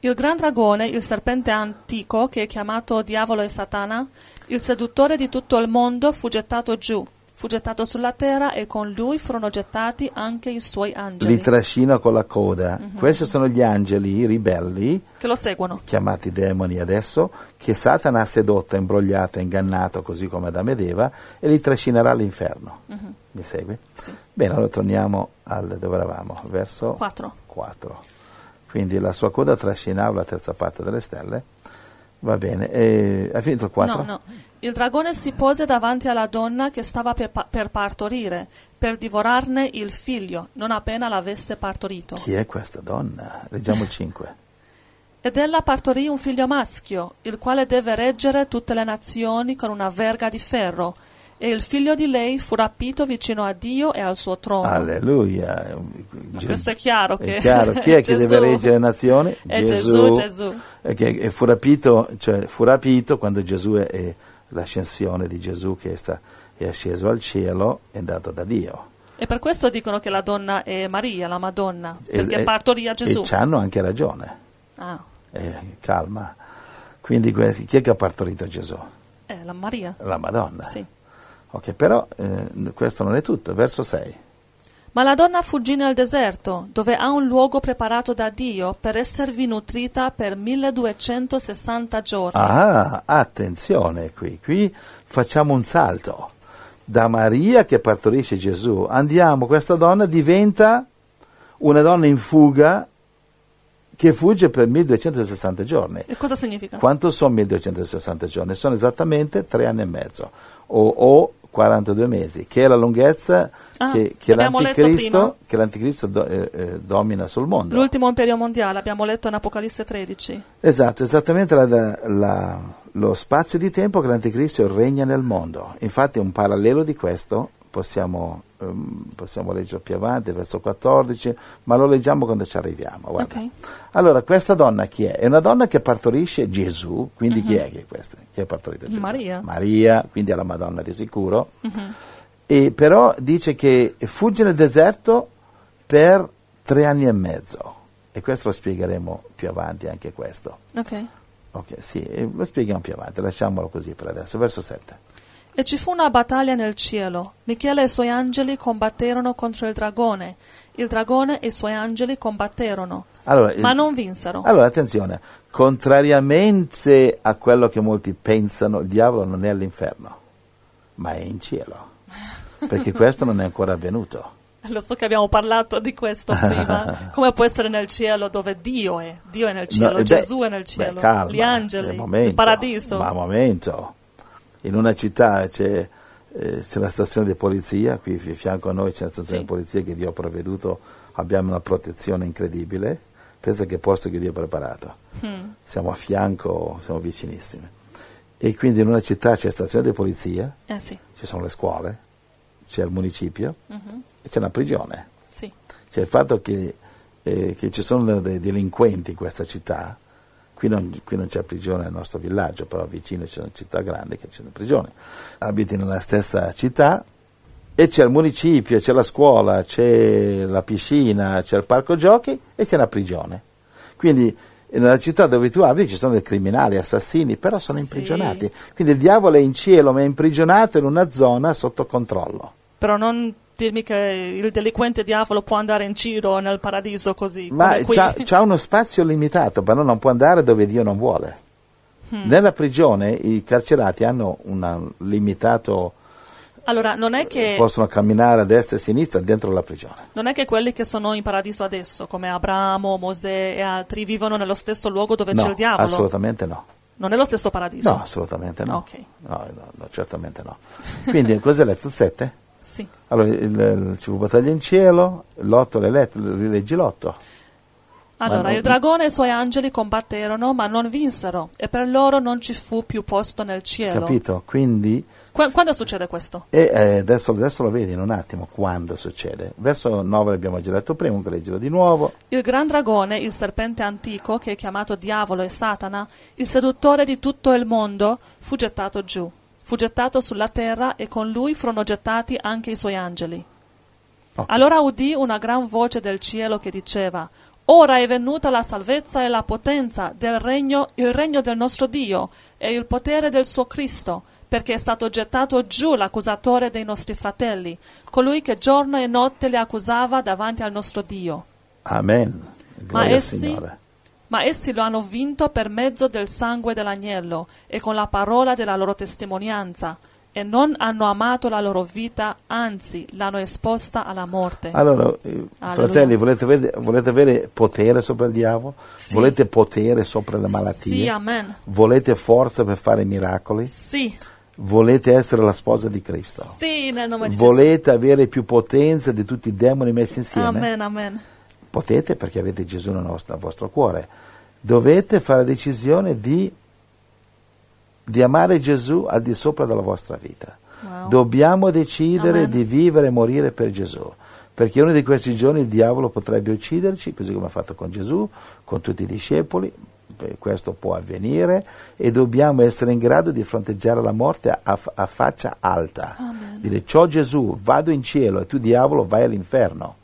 Il gran dragone, il serpente antico, che è chiamato Diavolo e Satana, il seduttore di tutto il mondo, fu gettato giù, fu gettato sulla terra e con lui furono gettati anche i suoi angeli. Li trascina con la coda. Mm-hmm. Questi sono gli angeli ribelli, che lo seguono, chiamati demoni adesso, che Satana ha sedotto, imbrogliato, ingannato, così come Adamo ed Eva, e li trascinerà all'inferno. Mm-hmm. Mi segui? Sì. Bene, allora torniamo al dove eravamo, verso quattro. quattro. Quindi la sua coda trascinava la terza parte delle stelle. Va bene, e hai finito il quattro? No, no. Il dragone si pose davanti alla donna che stava per, pa- per partorire, per divorarne il figlio, non appena l'avesse partorito. Chi è questa donna? Leggiamo il cinque. Ed ella partorì un figlio maschio, il quale deve reggere tutte le nazioni con una verga di ferro. E il figlio di lei fu rapito vicino a Dio e al suo trono. Alleluia. Gesù, questo è chiaro. Che è chiaro. Chi è che deve reggere le nazioni? È Gesù. Gesù. E che e fu rapito, cioè fu rapito quando Gesù è, è l'ascensione di Gesù che è, sta, è asceso al cielo, è andato da Dio. E per questo dicono che la donna è Maria, la Madonna, perché e, partorì a Gesù. E c'hanno anche ragione. Ah. Eh, calma. Quindi chi è che ha partorito Gesù? Eh, la Maria. La Madonna. Sì. Ok, però eh, questo non è tutto. Verso sei. Ma la donna fuggì nel deserto, dove ha un luogo preparato da Dio per esservi nutrita per milleduecentosessanta giorni. Ah, attenzione qui. Qui facciamo un salto. Da Maria che partorisce Gesù, andiamo, questa donna diventa una donna in fuga che fugge per milleduecentosessanta giorni. E cosa significa? Quanto sono milleduecentosessanta giorni? Sono esattamente tre anni e mezzo, o, o quarantadue mesi, che è la lunghezza ah, che, che, l'anticristo, che l'anticristo do, eh, eh, domina sul mondo. L'ultimo imperio mondiale, abbiamo letto in Apocalisse tredici. Esatto, esattamente la, la, lo spazio di tempo che l'anticristo regna nel mondo. Infatti un parallelo di questo possiamo, um, possiamo leggere più avanti, verso quattordici, ma lo leggiamo quando ci arriviamo. Guarda. Okay. Allora, questa donna chi è? È una donna che partorisce Gesù, quindi uh-huh. chi è che è questa? Chi ha partorito Gesù? Maria. Maria, quindi è la Madonna di sicuro. Uh-huh. E però dice che fugge nel deserto per tre anni e mezzo. E questo lo spiegheremo più avanti, anche questo. Ok. Ok, sì, lo spieghiamo più avanti, lasciamolo così per adesso. Verso sette. E ci fu una battaglia nel cielo. Michele e i suoi angeli combatterono contro il dragone. Il dragone e i suoi angeli combatterono, allora, ma il, non vinsero. Allora, attenzione, contrariamente a quello che molti pensano, il diavolo non è all'inferno, ma è in cielo, perché questo non è ancora avvenuto. Lo so che abbiamo parlato di questo prima. Come può essere nel cielo dove Dio è? Dio è nel cielo, no, Gesù beh, è nel cielo, beh, calma, gli angeli, momento, il paradiso. Ma un momento. In una città c'è, eh, c'è la stazione di polizia, qui di fianco a noi c'è la stazione sì. di polizia che Dio ha provveduto, abbiamo una protezione incredibile, pensa che posto che Dio ha preparato, mm. siamo a fianco, siamo vicinissimi. E quindi in una città c'è la stazione di polizia, eh sì. ci sono le scuole, c'è il municipio mm-hmm. e c'è una prigione. Sì. C'è il fatto che, eh, che ci sono dei delinquenti in questa città. Qui non, qui non c'è prigione nel nostro villaggio, però vicino c'è una città grande che c'è una prigione. Abiti nella stessa città e c'è il municipio, c'è la scuola, c'è la piscina, c'è il parco giochi e c'è la prigione. Quindi nella città dove tu abiti ci sono dei criminali, assassini, però sono sì. imprigionati. Quindi il diavolo è in cielo, ma è imprigionato in una zona sotto controllo. Però non dirmi che il delinquente diavolo può andare in giro nel paradiso così. Ma c'ha, c'ha uno spazio limitato, però non può andare dove Dio non vuole. Hmm. Nella prigione i carcerati hanno un limitato... Allora, non è che... possono camminare a destra e a sinistra dentro la prigione. Non è che quelli che sono in paradiso adesso, come Abramo, Mosè e altri, vivono nello stesso luogo dove no, c'è il diavolo? Assolutamente no. Non è lo stesso paradiso? No, assolutamente no. Okay. No, no, no, certamente no. Quindi, cos'è letto? Il sette? Sì. Allora, il, il, ci fu battaglia in cielo, l'otto l'hai letto, rileggi l'otto. Allora, non... il dragone e i suoi angeli combatterono, ma non vinsero, e per loro non ci fu più posto nel cielo. Capito? Quindi... Qu- quando succede questo? E eh, adesso, adesso lo vedi in un attimo, quando succede. Verso nove l'abbiamo già letto prima, comunque leggilo di nuovo. Il gran dragone, il serpente antico, che è chiamato Diavolo e Satana, il seduttore di tutto il mondo, fu gettato giù. Fu gettato sulla terra e con lui furono gettati anche i suoi angeli. Okay. Allora udì una gran voce del cielo che diceva: Ora è venuta la salvezza e la potenza del regno, il regno del nostro Dio e il potere del suo Cristo, perché è stato gettato giù l'accusatore dei nostri fratelli, colui che giorno e notte li accusava davanti al nostro Dio. Amen. Gloria Ma al essi, Signore. ma essi lo hanno vinto per mezzo del sangue dell'agnello e con la parola della loro testimonianza, e non hanno amato la loro vita, anzi l'hanno esposta alla morte. Allora, eh, fratelli, volete, vedere, volete avere potere sopra il diavolo? Sì. Volete potere sopra le malattie? Sì, amen. Volete forza per fare miracoli? Sì, Volete essere la sposa di Cristo? sì, nel nome di Volete avere più potenza di tutti i demoni messi Gesù. insieme? Amen, amen. Potete, perché avete Gesù nel, nostro, nel vostro cuore. Dovete fare la decisione di, di amare Gesù al di sopra della vostra vita. Wow. Dobbiamo decidere Amen. di vivere e morire per Gesù, perché uno di questi giorni il diavolo potrebbe ucciderci, così come ha fatto con Gesù, con tutti i discepoli. Beh, questo può avvenire e dobbiamo essere in grado di fronteggiare la morte a, a faccia alta. Amen. Dire: ciò Gesù, vado in cielo e tu diavolo vai all'inferno.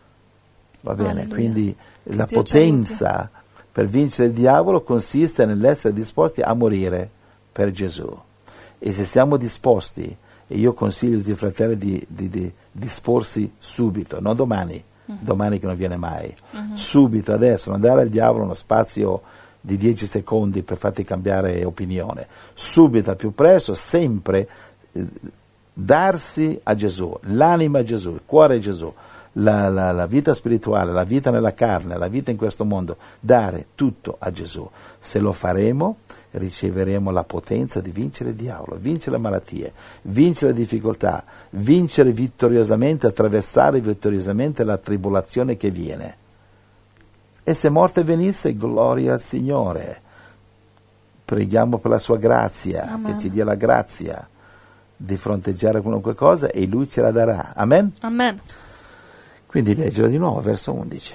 Va bene? Alleluia. Quindi Che la Dio ci potenza per vincere il diavolo consiste nell'essere disposti a morire per Gesù. E se siamo disposti, e io consiglio a tutti i fratelli di, di, di disporsi subito, non domani, uh-huh. domani che non viene mai, uh-huh. subito, adesso, non dare al diavolo uno spazio di dieci secondi per farti cambiare opinione, subito, al più presto, sempre eh, darsi a Gesù, l'anima a Gesù, il cuore a Gesù, la, la, la vita spirituale, la vita nella carne, la vita in questo mondo, dare tutto a Gesù. Se lo faremo, riceveremo la potenza di vincere il diavolo, vincere le malattie, vincere le difficoltà, vincere vittoriosamente, attraversare vittoriosamente la tribolazione che viene. E se morte venisse, gloria al Signore. Preghiamo per la sua grazia, Amen. che ci dia la grazia di fronteggiare qualunque cosa e Lui ce la darà. Amen? Amen. Quindi leggilo di nuovo, verso undici.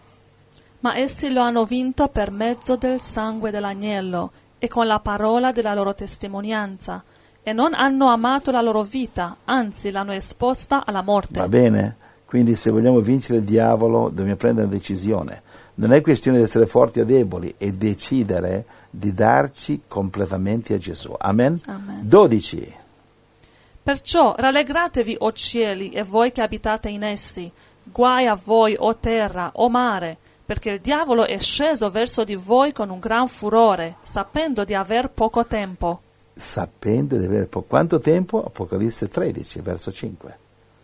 Ma essi lo hanno vinto per mezzo del sangue dell'agnello e con la parola della loro testimonianza, e non hanno amato la loro vita, anzi l'hanno esposta alla morte. Va bene? Quindi se vogliamo vincere il diavolo dobbiamo prendere una decisione. Non è questione di essere forti o deboli, è decidere di darci completamente a Gesù. Amen? Amen. dodici. Perciò rallegratevi, o cieli, e voi che abitate in essi, guai a voi, o terra, o mare, perché il diavolo è sceso verso di voi con un gran furore, sapendo di aver poco tempo. Sapendo di avere poco. Quanto tempo? Apocalisse tredici, verso cinque.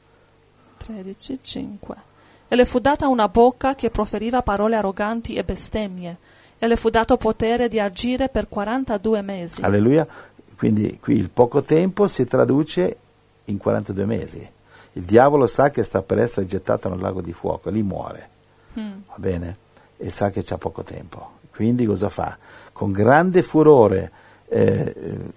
tredici, cinque. E le fu data una bocca che proferiva parole arroganti e bestemmie, e le fu dato potere di agire per quarantadue mesi. Alleluia. Quindi qui il poco tempo si traduce in quarantadue mesi. Il diavolo sa che sta per essere gettato nel lago di fuoco, lì muore. Mm. Va bene? E sa che c'ha poco tempo. Quindi cosa fa? Con grande furore, eh,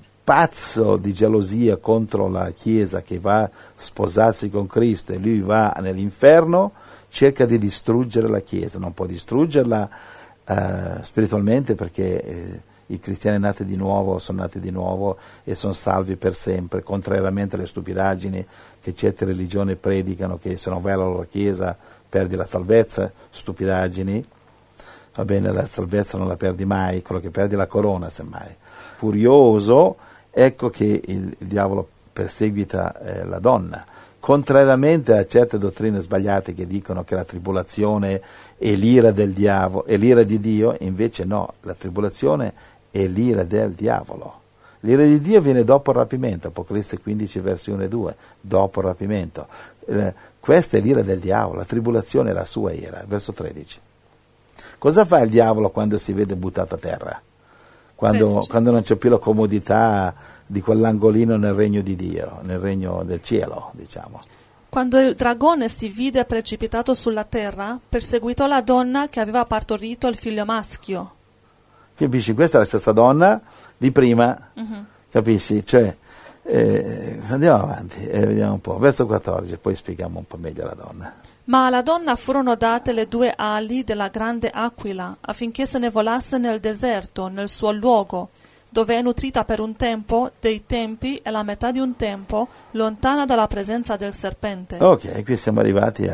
pazzo di gelosia contro la Chiesa che va a sposarsi con Cristo e lui va nell'inferno, cerca di distruggere la Chiesa. Non può distruggerla eh, spiritualmente perché eh, i cristiani nati di nuovo sono nati di nuovo e sono salvi per sempre, contrariamente alle stupidaggini che certe religioni predicano, che se non vai alla loro Chiesa perdi la salvezza. Stupidaggini. Va bene, la salvezza non la perdi mai, quello che perdi è la corona, semmai. Furioso, ecco che il, il diavolo perseguita eh, la donna. Contrariamente a certe dottrine sbagliate che dicono che la tribolazione è l'ira del diavolo, è l'ira di Dio, invece no, la tribolazione è l'ira del diavolo. L'ira di Dio viene dopo il rapimento, Apocalisse quindici, versi uno e due, dopo il rapimento. Eh, questa è l'ira del diavolo, la tribolazione è la sua ira, verso tredici. Cosa fa il diavolo quando si vede buttato a terra? Quando, quando non c'è più la comodità di quell'angolino nel regno di Dio, nel regno del cielo, diciamo. Quando il dragone si vide precipitato sulla terra, perseguitò la donna che aveva partorito il figlio maschio. Capisci? Questa è la stessa donna di prima, Uh-huh. capisci? Cioè, eh, andiamo avanti e eh, vediamo un po'. Verso quattordici, poi spieghiamo un po' meglio la donna. Ma alla donna furono date le due ali della grande aquila, affinché se ne volasse nel deserto, nel suo luogo, dove è nutrita per un tempo, dei tempi e la metà di un tempo, lontana dalla presenza del serpente. Ok, qui siamo arrivati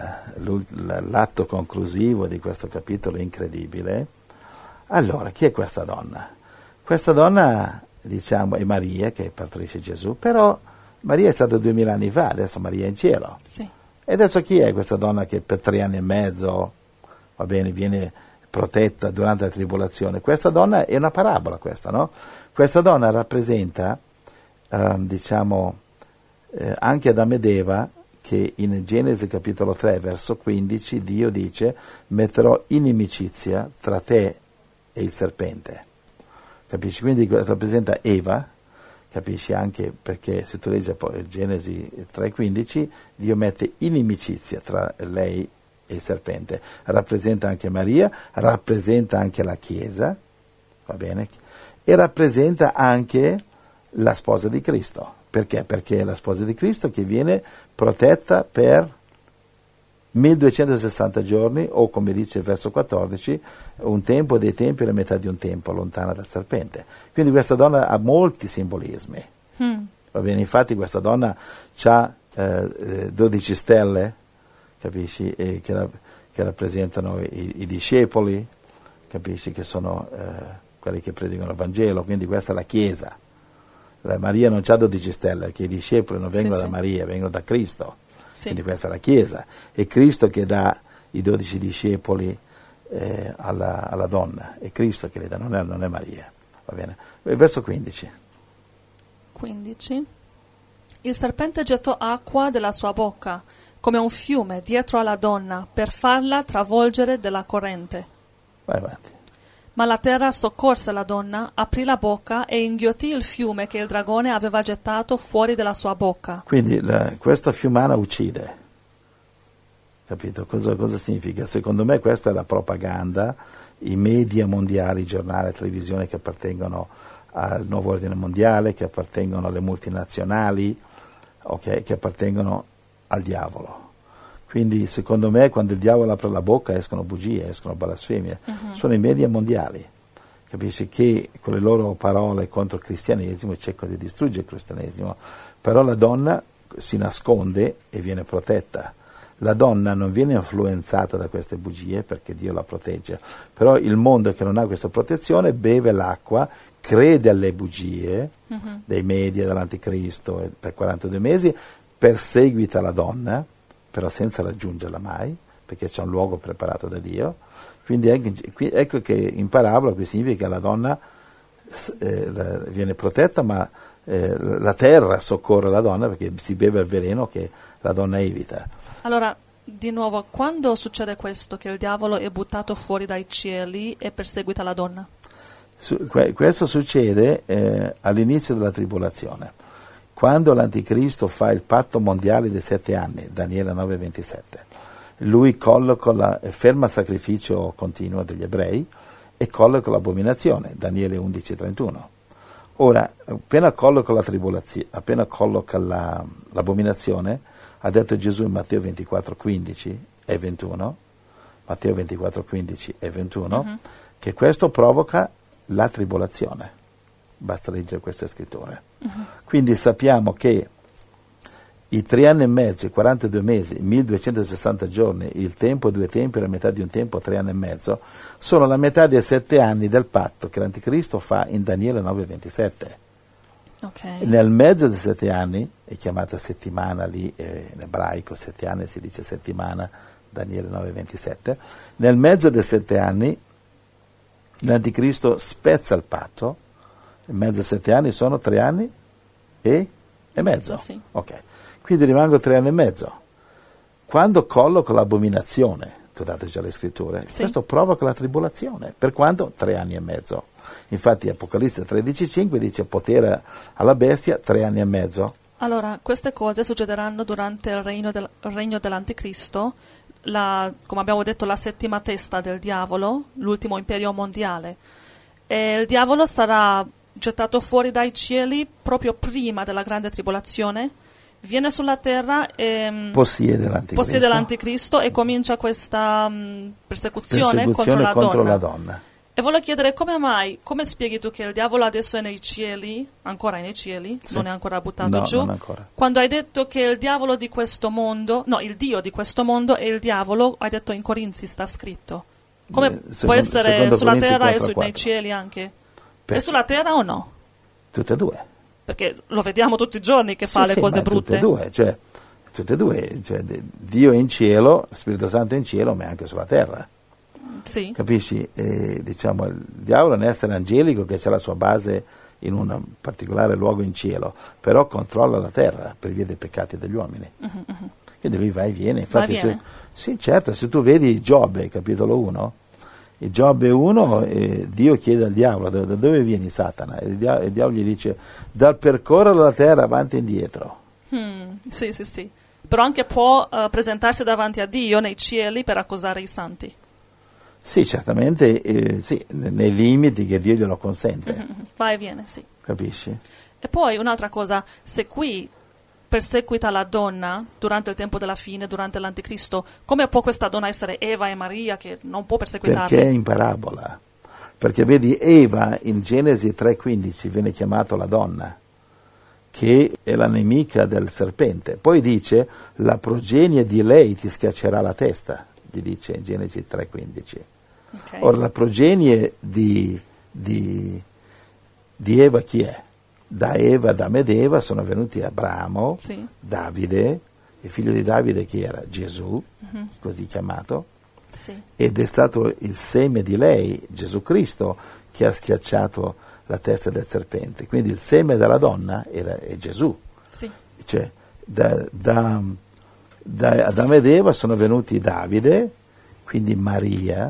all'atto conclusivo di questo capitolo incredibile. Allora, chi è questa donna? Questa donna, diciamo, è Maria, che partorisce Gesù, però Maria è stata duemila anni fa, adesso Maria è in cielo. Sì. E adesso chi è questa donna che per tre anni e mezzo, va bene, viene protetta durante la tribolazione? Questa donna è una parabola, questa, no? Questa donna rappresenta, eh, diciamo, eh, anche Adamo ed Eva, che in Genesi capitolo tre, verso quindici, Dio dice: metterò inimicizia tra te e il serpente. Capisci? Quindi rappresenta Eva, capisci, anche perché se tu leggi poi Genesi tre quindici, Dio mette inimicizia tra lei e il serpente. Rappresenta anche Maria, rappresenta anche la Chiesa, va bene? E rappresenta anche la sposa di Cristo. Perché? Perché è la sposa di Cristo che viene protetta per milleduecentosessanta giorni, o come dice il verso quattordici, un tempo dei tempi e la metà di un tempo, lontana dal serpente. Quindi questa donna ha molti simbolismi. Mm. Va bene? Infatti questa donna ha eh, dodici stelle, capisci, e che, ra- che rappresentano i, i discepoli, capisci, che sono eh, quelli che predicano il Vangelo. Quindi questa è la Chiesa. La Maria non ha dodici stelle, perché i discepoli non vengono sì, da sì. Maria, vengono da Cristo. Sì. Quindi questa è la Chiesa. È Cristo che dà i dodici discepoli eh, alla, alla donna. È Cristo che li dà, non è, non è Maria. Va bene? Verso quindici. quindici. Il serpente gettò acqua dalla sua bocca, come un fiume dietro alla donna, per farla travolgere dalla corrente. Vai avanti. Ma la terra soccorse la donna, aprì la bocca e inghiottì il fiume che il dragone aveva gettato fuori dalla sua bocca. Quindi la, questa fiumana uccide. Capito? Cosa, cosa significa? Secondo me questa è la propaganda, i media mondiali, i giornali, la televisione che appartengono al nuovo ordine mondiale, che appartengono alle multinazionali, okay, che appartengono al diavolo. Quindi secondo me quando il diavolo apre la bocca escono bugie, escono blasfemie. Uh-huh. Sono i media mondiali, capisci, che con le loro parole contro il cristianesimo cercano di distruggere il cristianesimo. Però la donna si nasconde e viene protetta. La donna non viene influenzata da queste bugie perché Dio la protegge. Però il mondo che non ha questa protezione beve l'acqua, crede alle bugie uh-huh. dei media, dell'anticristo, e per quarantadue mesi perseguita la donna, però senza raggiungerla mai, perché c'è un luogo preparato da Dio. Quindi ecco, ecco che in parabola qui significa che la donna eh, la, viene protetta, ma eh, la terra soccorre la donna perché si beve il veleno che la donna evita. Allora, di nuovo, quando succede questo, che il diavolo è buttato fuori dai cieli e perseguita la donna? Su, que, questo succede eh, all'inizio della tribolazione. Quando l'Anticristo fa il patto mondiale dei sette anni, Daniele nove ventisette, lui colloca la, ferma il sacrificio continuo degli ebrei e colloca l'abominazione, Daniele undici trentuno. Ora, appena colloca la tribolazione, appena colloca la, l'abominazione, ha detto Gesù in Matteo ventiquattro quindici e ventuno, Matteo ventiquattro quindici e ventuno, uh-huh. che questo provoca la tribolazione. Basta leggere queste scritture. Uh-huh. Quindi sappiamo che i tre anni e mezzo, i quarantadue mesi, milleduecentosessanta giorni, il tempo, due tempi, la metà di un tempo, tre anni e mezzo, sono la metà dei sette anni del patto che l'Anticristo fa in Daniele nove ventisette. Okay. Nel mezzo dei sette anni, è chiamata settimana lì, eh, in ebraico sette anni si dice settimana, Daniele nove ventisette, nel mezzo dei sette anni l'Anticristo spezza il patto. In mezzo a sette anni sono tre anni e, e mezzo. mezzo sì. Ok, quindi rimango tre anni e mezzo. Quando colloco l'abominazione, ti ho dato già le scritture, sì. questo provoca la tribolazione, per quanto? Tre anni e mezzo. Infatti Apocalisse tredici cinque dice potere alla bestia tre anni e mezzo. Allora, queste cose succederanno durante il regno, del, il regno dell'Anticristo, la, come abbiamo detto la settima testa del diavolo, l'ultimo imperio mondiale. E il diavolo sarà gettato fuori dai cieli proprio prima della grande tribolazione, viene sulla terra e possiede l'anticristo, possiede l'anticristo e comincia questa um, persecuzione, persecuzione contro, la, contro donna. la donna. E voglio chiedere come mai, come spieghi tu che il diavolo adesso è nei cieli, ancora è nei cieli, Sì. non è ancora buttato No, giù, non ancora. quando hai detto che il diavolo di questo mondo, no, il Dio di questo mondo è il diavolo, hai detto in Corinzi sta scritto. Come Eh, può secondo- essere secondo sulla Corinzi terra e quattro su- nei quattro. cieli anche? Per- È sulla terra o no? Tutte e due. Perché lo vediamo tutti i giorni che Sì, fa le sì, cose ma brutte. Tutte e due, cioè, tutte e due, cioè, de- Dio è in cielo, Spirito Santo è in cielo, ma è anche sulla terra. Sì. Capisci? E, diciamo, il diavolo è un essere angelico che ha la sua base in un particolare luogo in cielo, però controlla la terra per via dei peccati degli uomini. Mhm, mhm. Quindi lui va e viene. Infatti, Va e viene. Se, sì, certo, se tu vedi Giobbe, capitolo uno, in Giobbe uno, eh, Dio chiede al diavolo, da, da dove vieni Satana? E il, dia- il diavolo gli dice, dal percorrere la terra avanti e indietro. Mm, sì, sì, sì. Però anche può eh, presentarsi davanti a Dio nei cieli per accusare i santi. Sì, certamente, eh, sì, nei limiti che Dio glielo consente, Mhm. Va e viene, sì. capisci? E poi un'altra cosa, se qui perseguita la donna durante il tempo della fine, durante l'anticristo, come può questa donna essere Eva e Maria che non può perseguitarli? Perché è in parabola. Perché vedi, Eva in Genesi tre quindici viene chiamata la donna, che è la nemica del serpente. Poi dice, la progenie di lei ti schiaccerà la testa, gli dice in Genesi tre quindici. Ok. Ora, la progenie di, di, di Eva chi è? Da Eva, Adamo ed Eva sono venuti Abramo, Sì. Davide, il figlio di Davide chi era? Gesù, Mhm. così chiamato, Sì. ed è stato il seme di lei, Gesù Cristo, che ha schiacciato la testa del serpente. Quindi il seme della donna era, è Gesù. Sì. Cioè, da, da, da Adamo ed Eva sono venuti Davide, quindi Maria,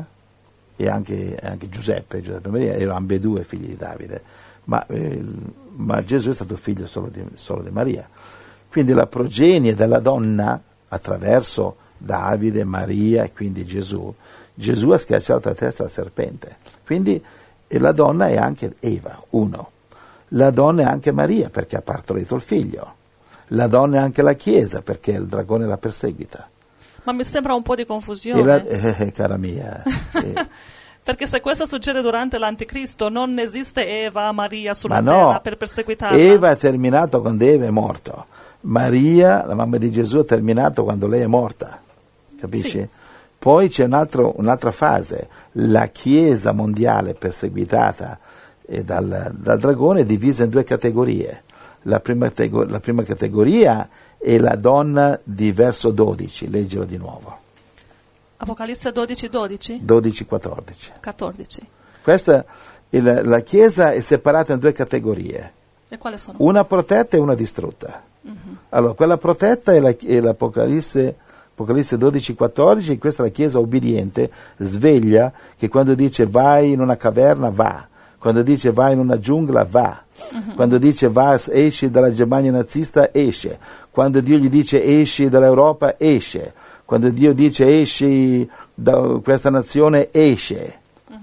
e anche, anche Giuseppe, Giuseppe e Maria, erano ambedue figli di Davide, ma, eh, ma Gesù è stato figlio solo di, solo di Maria. Quindi la progenie della donna, attraverso Davide, Maria e quindi Gesù, Gesù ha schiacciato la testa al serpente. Quindi e la donna è anche Eva, uno. La donna è anche Maria perché ha partorito il figlio. La donna è anche la Chiesa perché il dragone la perseguita. Ma mi sembra un po' di E confusione. la, eh, cara mia, eh, Perché se questo succede durante l'anticristo non esiste Eva, Maria sulla ma terra no, per perseguitarla. Eva è terminato quando Eva è morto. Maria, la mamma di Gesù, è terminato quando lei è morta. Capisci? Sì. Poi c'è un altro, un'altra fase, la Chiesa mondiale perseguitata eh, dal, dal dragone è divisa in due categorie. La prima, tego- la prima categoria è la donna di verso dodici, leggilo di nuovo, Apocalisse dodici dodici? dodici quattordici. quattordici. Questa, il, la Chiesa è separata in due categorie, E quali sono? una protetta e una distrutta. Allora, quella protetta è, la, è l'Apocalisse Apocalisse dodici quattordici, questa è la Chiesa obbediente, sveglia, che quando dice vai in una caverna va, quando dice vai in una giungla va, uh-huh. quando dice va, esci dalla Germania nazista esce, quando Dio gli dice esci dall'Europa esce, quando Dio dice esci da questa nazione esce, uh-huh.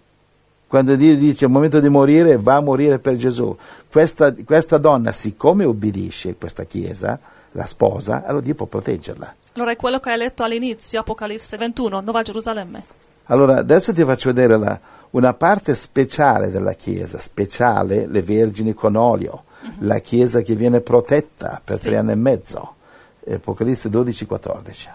quando Dio dice è il momento di morire va a morire per Gesù. Questa, questa donna, siccome obbedisce questa Chiesa, la sposa, allora Dio può proteggerla. Allora è quello che hai letto all'inizio, Apocalisse ventuno, Nuova Gerusalemme. Allora, adesso ti faccio vedere la, una parte speciale della Chiesa, speciale, le vergini con olio, uh-huh. la Chiesa che viene protetta per Sì. tre anni e mezzo, Apocalisse dodici quattordici.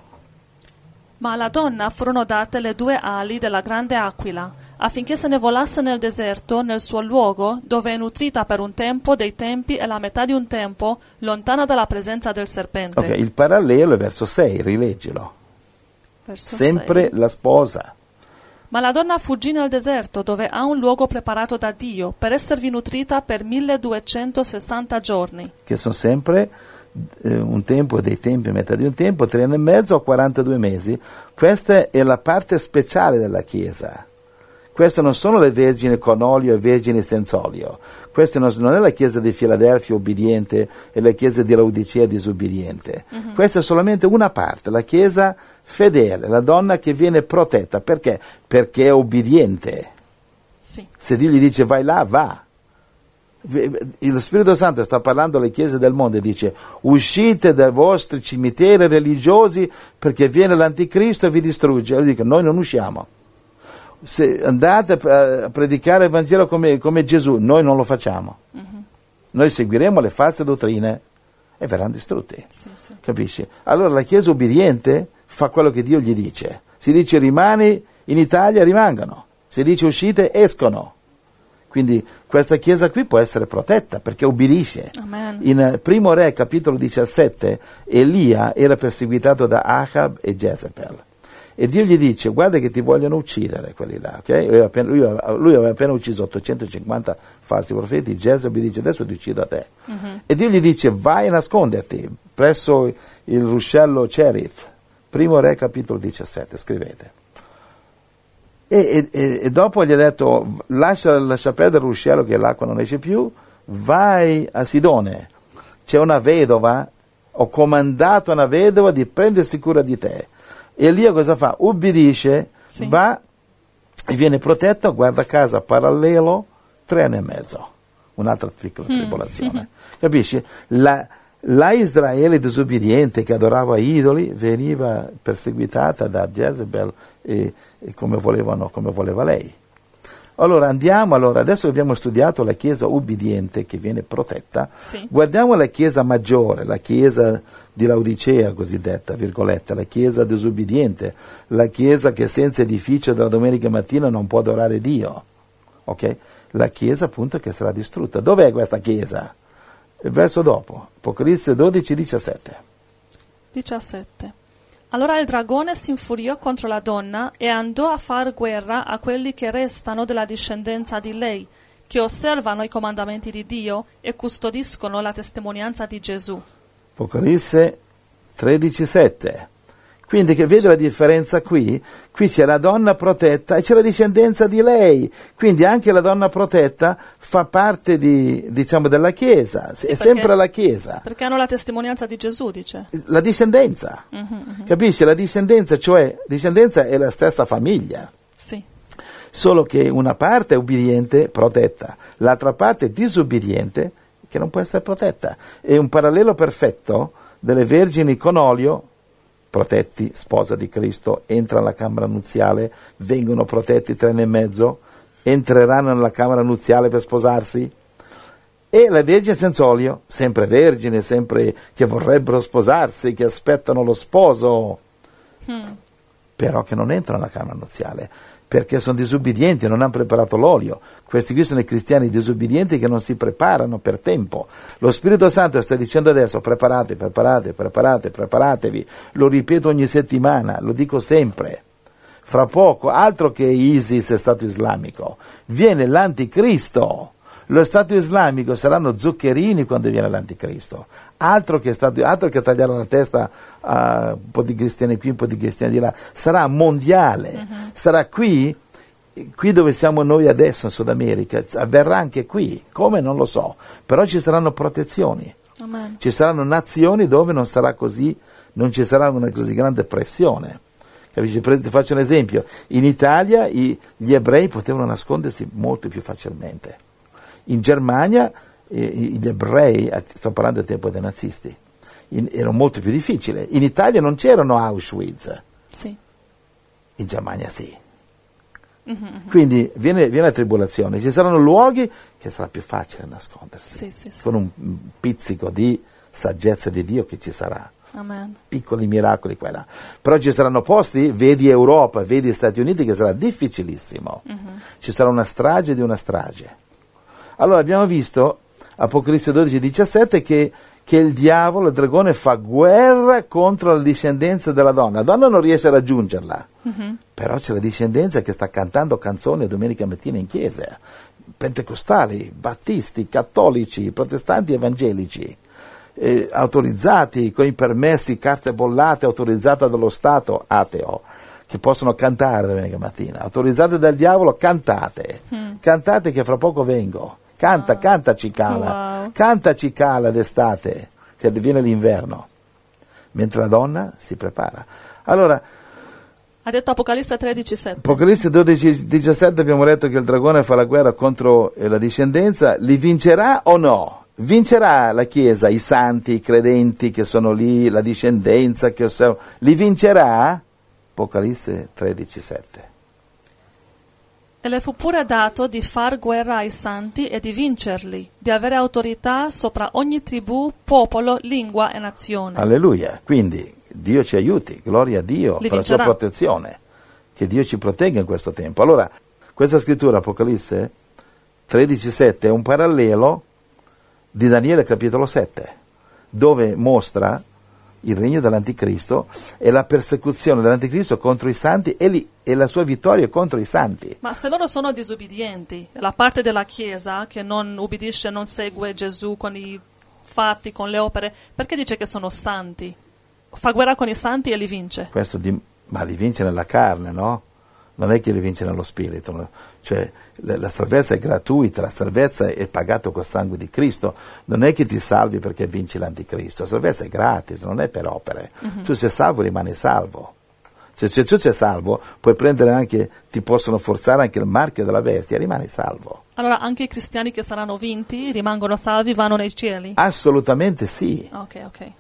Ma alla donna furono date le due ali della grande aquila, affinché se ne volasse nel deserto, nel suo luogo, dove è nutrita per un tempo dei tempi e la metà di un tempo, lontana dalla presenza del serpente. Ok, il parallelo è verso sei, rileggilo. Verso Sempre sei. la sposa. Ma la donna fuggì nel deserto, dove ha un luogo preparato da Dio, per esservi nutrita per milleduecentosessanta giorni. Che sono sempre eh, un tempo dei tempi, metà di un tempo, tre anni e mezzo o quarantadue mesi. Questa è la parte speciale della Chiesa. Queste non sono le vergini con olio e vergini senza olio. Questa non, non è la Chiesa di Filadelfia obbediente e la Chiesa di Laodicea disobbediente. Uh-huh. Questa è solamente una parte, la Chiesa fedele, la donna che viene protetta. Perché? Perché è obbediente. Sì. Se Dio gli dice vai là, va. Lo Spirito Santo sta parlando alle chiese del mondo e dice uscite dai vostri cimiteri religiosi perché viene l'anticristo e vi distrugge. E lui dice noi non usciamo. se andate a predicare il Vangelo come, come Gesù, noi non lo facciamo. Uh-huh. Noi seguiremo le false dottrine e verranno distrutti. Sì, sì. Capisci? Allora la Chiesa obbediente fa quello che Dio gli dice. Si dice rimani in Italia, rimangono. Si dice uscite, escono. Quindi questa Chiesa qui può essere protetta perché obbedisce. Amen. In Primo Re, capitolo diciassette, Elia era perseguitato da Ahab e Jezebel. E Dio gli dice, guarda che ti vogliono uccidere quelli là, ok? Lui aveva appena, lui aveva, lui aveva appena ucciso ottocentocinquanta falsi profeti, Jezebel dice, adesso ti uccido a te. Uh-huh. E Dio gli dice, vai a nasconderti presso il ruscello Cherith. Primo Re, capitolo diciassette, scrivete. E, e, e dopo gli ha detto, lascia, lascia perdere il ruscello che l'acqua non esce più, vai a Sidone, c'è una vedova, ho comandato a una vedova di prendersi cura di te. E Elia cosa fa? Ubbidisce, sì. Va e viene protetto, guarda casa, parallelo, tre anni e mezzo. Un'altra piccola mm. tribolazione. Capisci? La, la Israele disobbediente che adorava idoli veniva perseguitata da Jezebel e, e come, volevano, come voleva lei. Allora andiamo, allora, adesso abbiamo studiato la Chiesa ubbidiente che viene protetta, sì. Guardiamo la Chiesa maggiore, la Chiesa di Laodicea cosiddetta, virgolette, la Chiesa disubbidiente, la Chiesa che senza edificio della domenica mattina non può adorare Dio, ok? La Chiesa appunto che sarà distrutta. Dov'è questa Chiesa? Il verso dopo, Apocalisse dodici, diciassette. diciassette. Allora il dragone si infuriò contro la donna e andò a far guerra a quelli che restano della discendenza di lei, che osservano i comandamenti di Dio e custodiscono la testimonianza di Gesù. Apocalisse tredici, sette. Quindi che vede la differenza qui? Qui c'è la donna protetta e c'è la discendenza di lei. Quindi anche la donna protetta fa parte di, diciamo, della Chiesa, sì, è perché, sempre la Chiesa. Perché hanno la testimonianza di Gesù, dice. La discendenza. Uh-huh, uh-huh. Capisci? La discendenza, cioè, discendenza è la stessa famiglia. Sì. Solo che una parte è ubbidiente, protetta, l'altra parte è disobbediente, che non può essere protetta. È un parallelo perfetto delle vergini con olio, protetti, sposa di Cristo, entrano nella camera nuziale, vengono protetti tre anni e mezzo, entreranno nella camera nuziale per sposarsi, e le vergini senza olio, sempre vergini, sempre che vorrebbero sposarsi, che aspettano lo sposo, hmm. però che non entrano nella camera nuziale, perché sono disubbidienti, non hanno preparato l'olio. Questi qui sono i cristiani disubbidienti che non si preparano per tempo. Lo Spirito Santo sta dicendo adesso, preparate, preparate, preparate, preparatevi. Lo ripeto ogni settimana, lo dico sempre. Fra poco, altro che ISIS e Stato islamico, viene l'anticristo. Lo Stato islamico saranno zuccherini quando viene l'anticristo. Altro che, stato, altro che tagliare la testa a un po' di cristiani qui, un po' di cristiani di là. Sarà mondiale. Uh-huh. Sarà qui, qui dove siamo noi adesso in Sud America. Avverrà anche qui. Come? Non lo so. Però ci saranno protezioni. Amen. Ci saranno nazioni dove non sarà così, non ci sarà una così grande pressione. Capisci? Ti faccio un esempio. In Italia i, gli ebrei potevano nascondersi molto più facilmente. In Germania eh, gli ebrei, sto parlando del tempo dei nazisti, in, erano molto più difficili. In Italia non c'erano Auschwitz, sì. In Germania sì. Mm-hmm. Quindi viene, viene la tribolazione, ci saranno luoghi che sarà più facile nascondersi, sì, sì, sì. con un pizzico di saggezza di Dio che ci sarà. Amen. Piccoli miracoli qua e là. Però ci saranno posti, vedi Europa, vedi Stati Uniti, che sarà difficilissimo. Mm-hmm. Ci sarà una strage di una strage. Allora abbiamo visto, Apocalisse dodici, diciassette, che, che il diavolo, il dragone, fa guerra contro la discendenza della donna. La donna non riesce a raggiungerla, uh-huh. Però c'è la discendenza che sta cantando canzoni domenica mattina in chiesa. Pentecostali, battisti, cattolici, protestanti, evangelici, eh, autorizzati con i permessi, carte bollate, autorizzate dallo Stato, ateo, che possono cantare domenica mattina. Autorizzate dal diavolo, cantate. Mm. Cantate che fra poco vengo. Canta, wow. canta cicala, wow. canta cicala d'estate, che viene l'inverno, mentre la donna si prepara. Allora, ha detto Apocalisse tredici, sette. Apocalisse dodici, diciassette abbiamo letto che il dragone fa la guerra contro la discendenza, li vincerà o no? Vincerà la Chiesa, i santi, i credenti che sono lì, la discendenza che osserva, li vincerà? Apocalisse tredici, sette. E le fu pure dato di far guerra ai santi e di vincerli, di avere autorità sopra ogni tribù, popolo, lingua e nazione. Alleluia. Quindi Dio ci aiuti, gloria a Dio Li per la sua vincerà. protezione, che Dio ci protegga in questo tempo. Allora, questa scrittura, Apocalisse tredici sette, è un parallelo di Daniele capitolo sette, dove mostra il regno dell'Anticristo e la persecuzione dell'Anticristo contro i santi e, li, e la sua vittoria contro i santi. Ma se loro sono disubbidienti, la parte della Chiesa che non ubbidisce, non segue Gesù con i fatti, con le opere, perché dice che sono santi? Fa guerra con i santi e li vince. Questo di, ma li vince nella carne, no? Non è che li vince nello spirito, no? Cioè la, la salvezza è gratuita, la salvezza è pagata col sangue di Cristo, non è che ti salvi perché vinci l'Anticristo, la salvezza è gratis, non è per opere. Uh-huh. Tu sei salvo, rimani salvo. Se, se tu sei salvo, puoi prendere anche, ti possono forzare anche il marchio della bestia, rimani salvo. Allora anche i cristiani che saranno vinti, rimangono salvi, vanno nei cieli? Assolutamente sì. Ok, ok.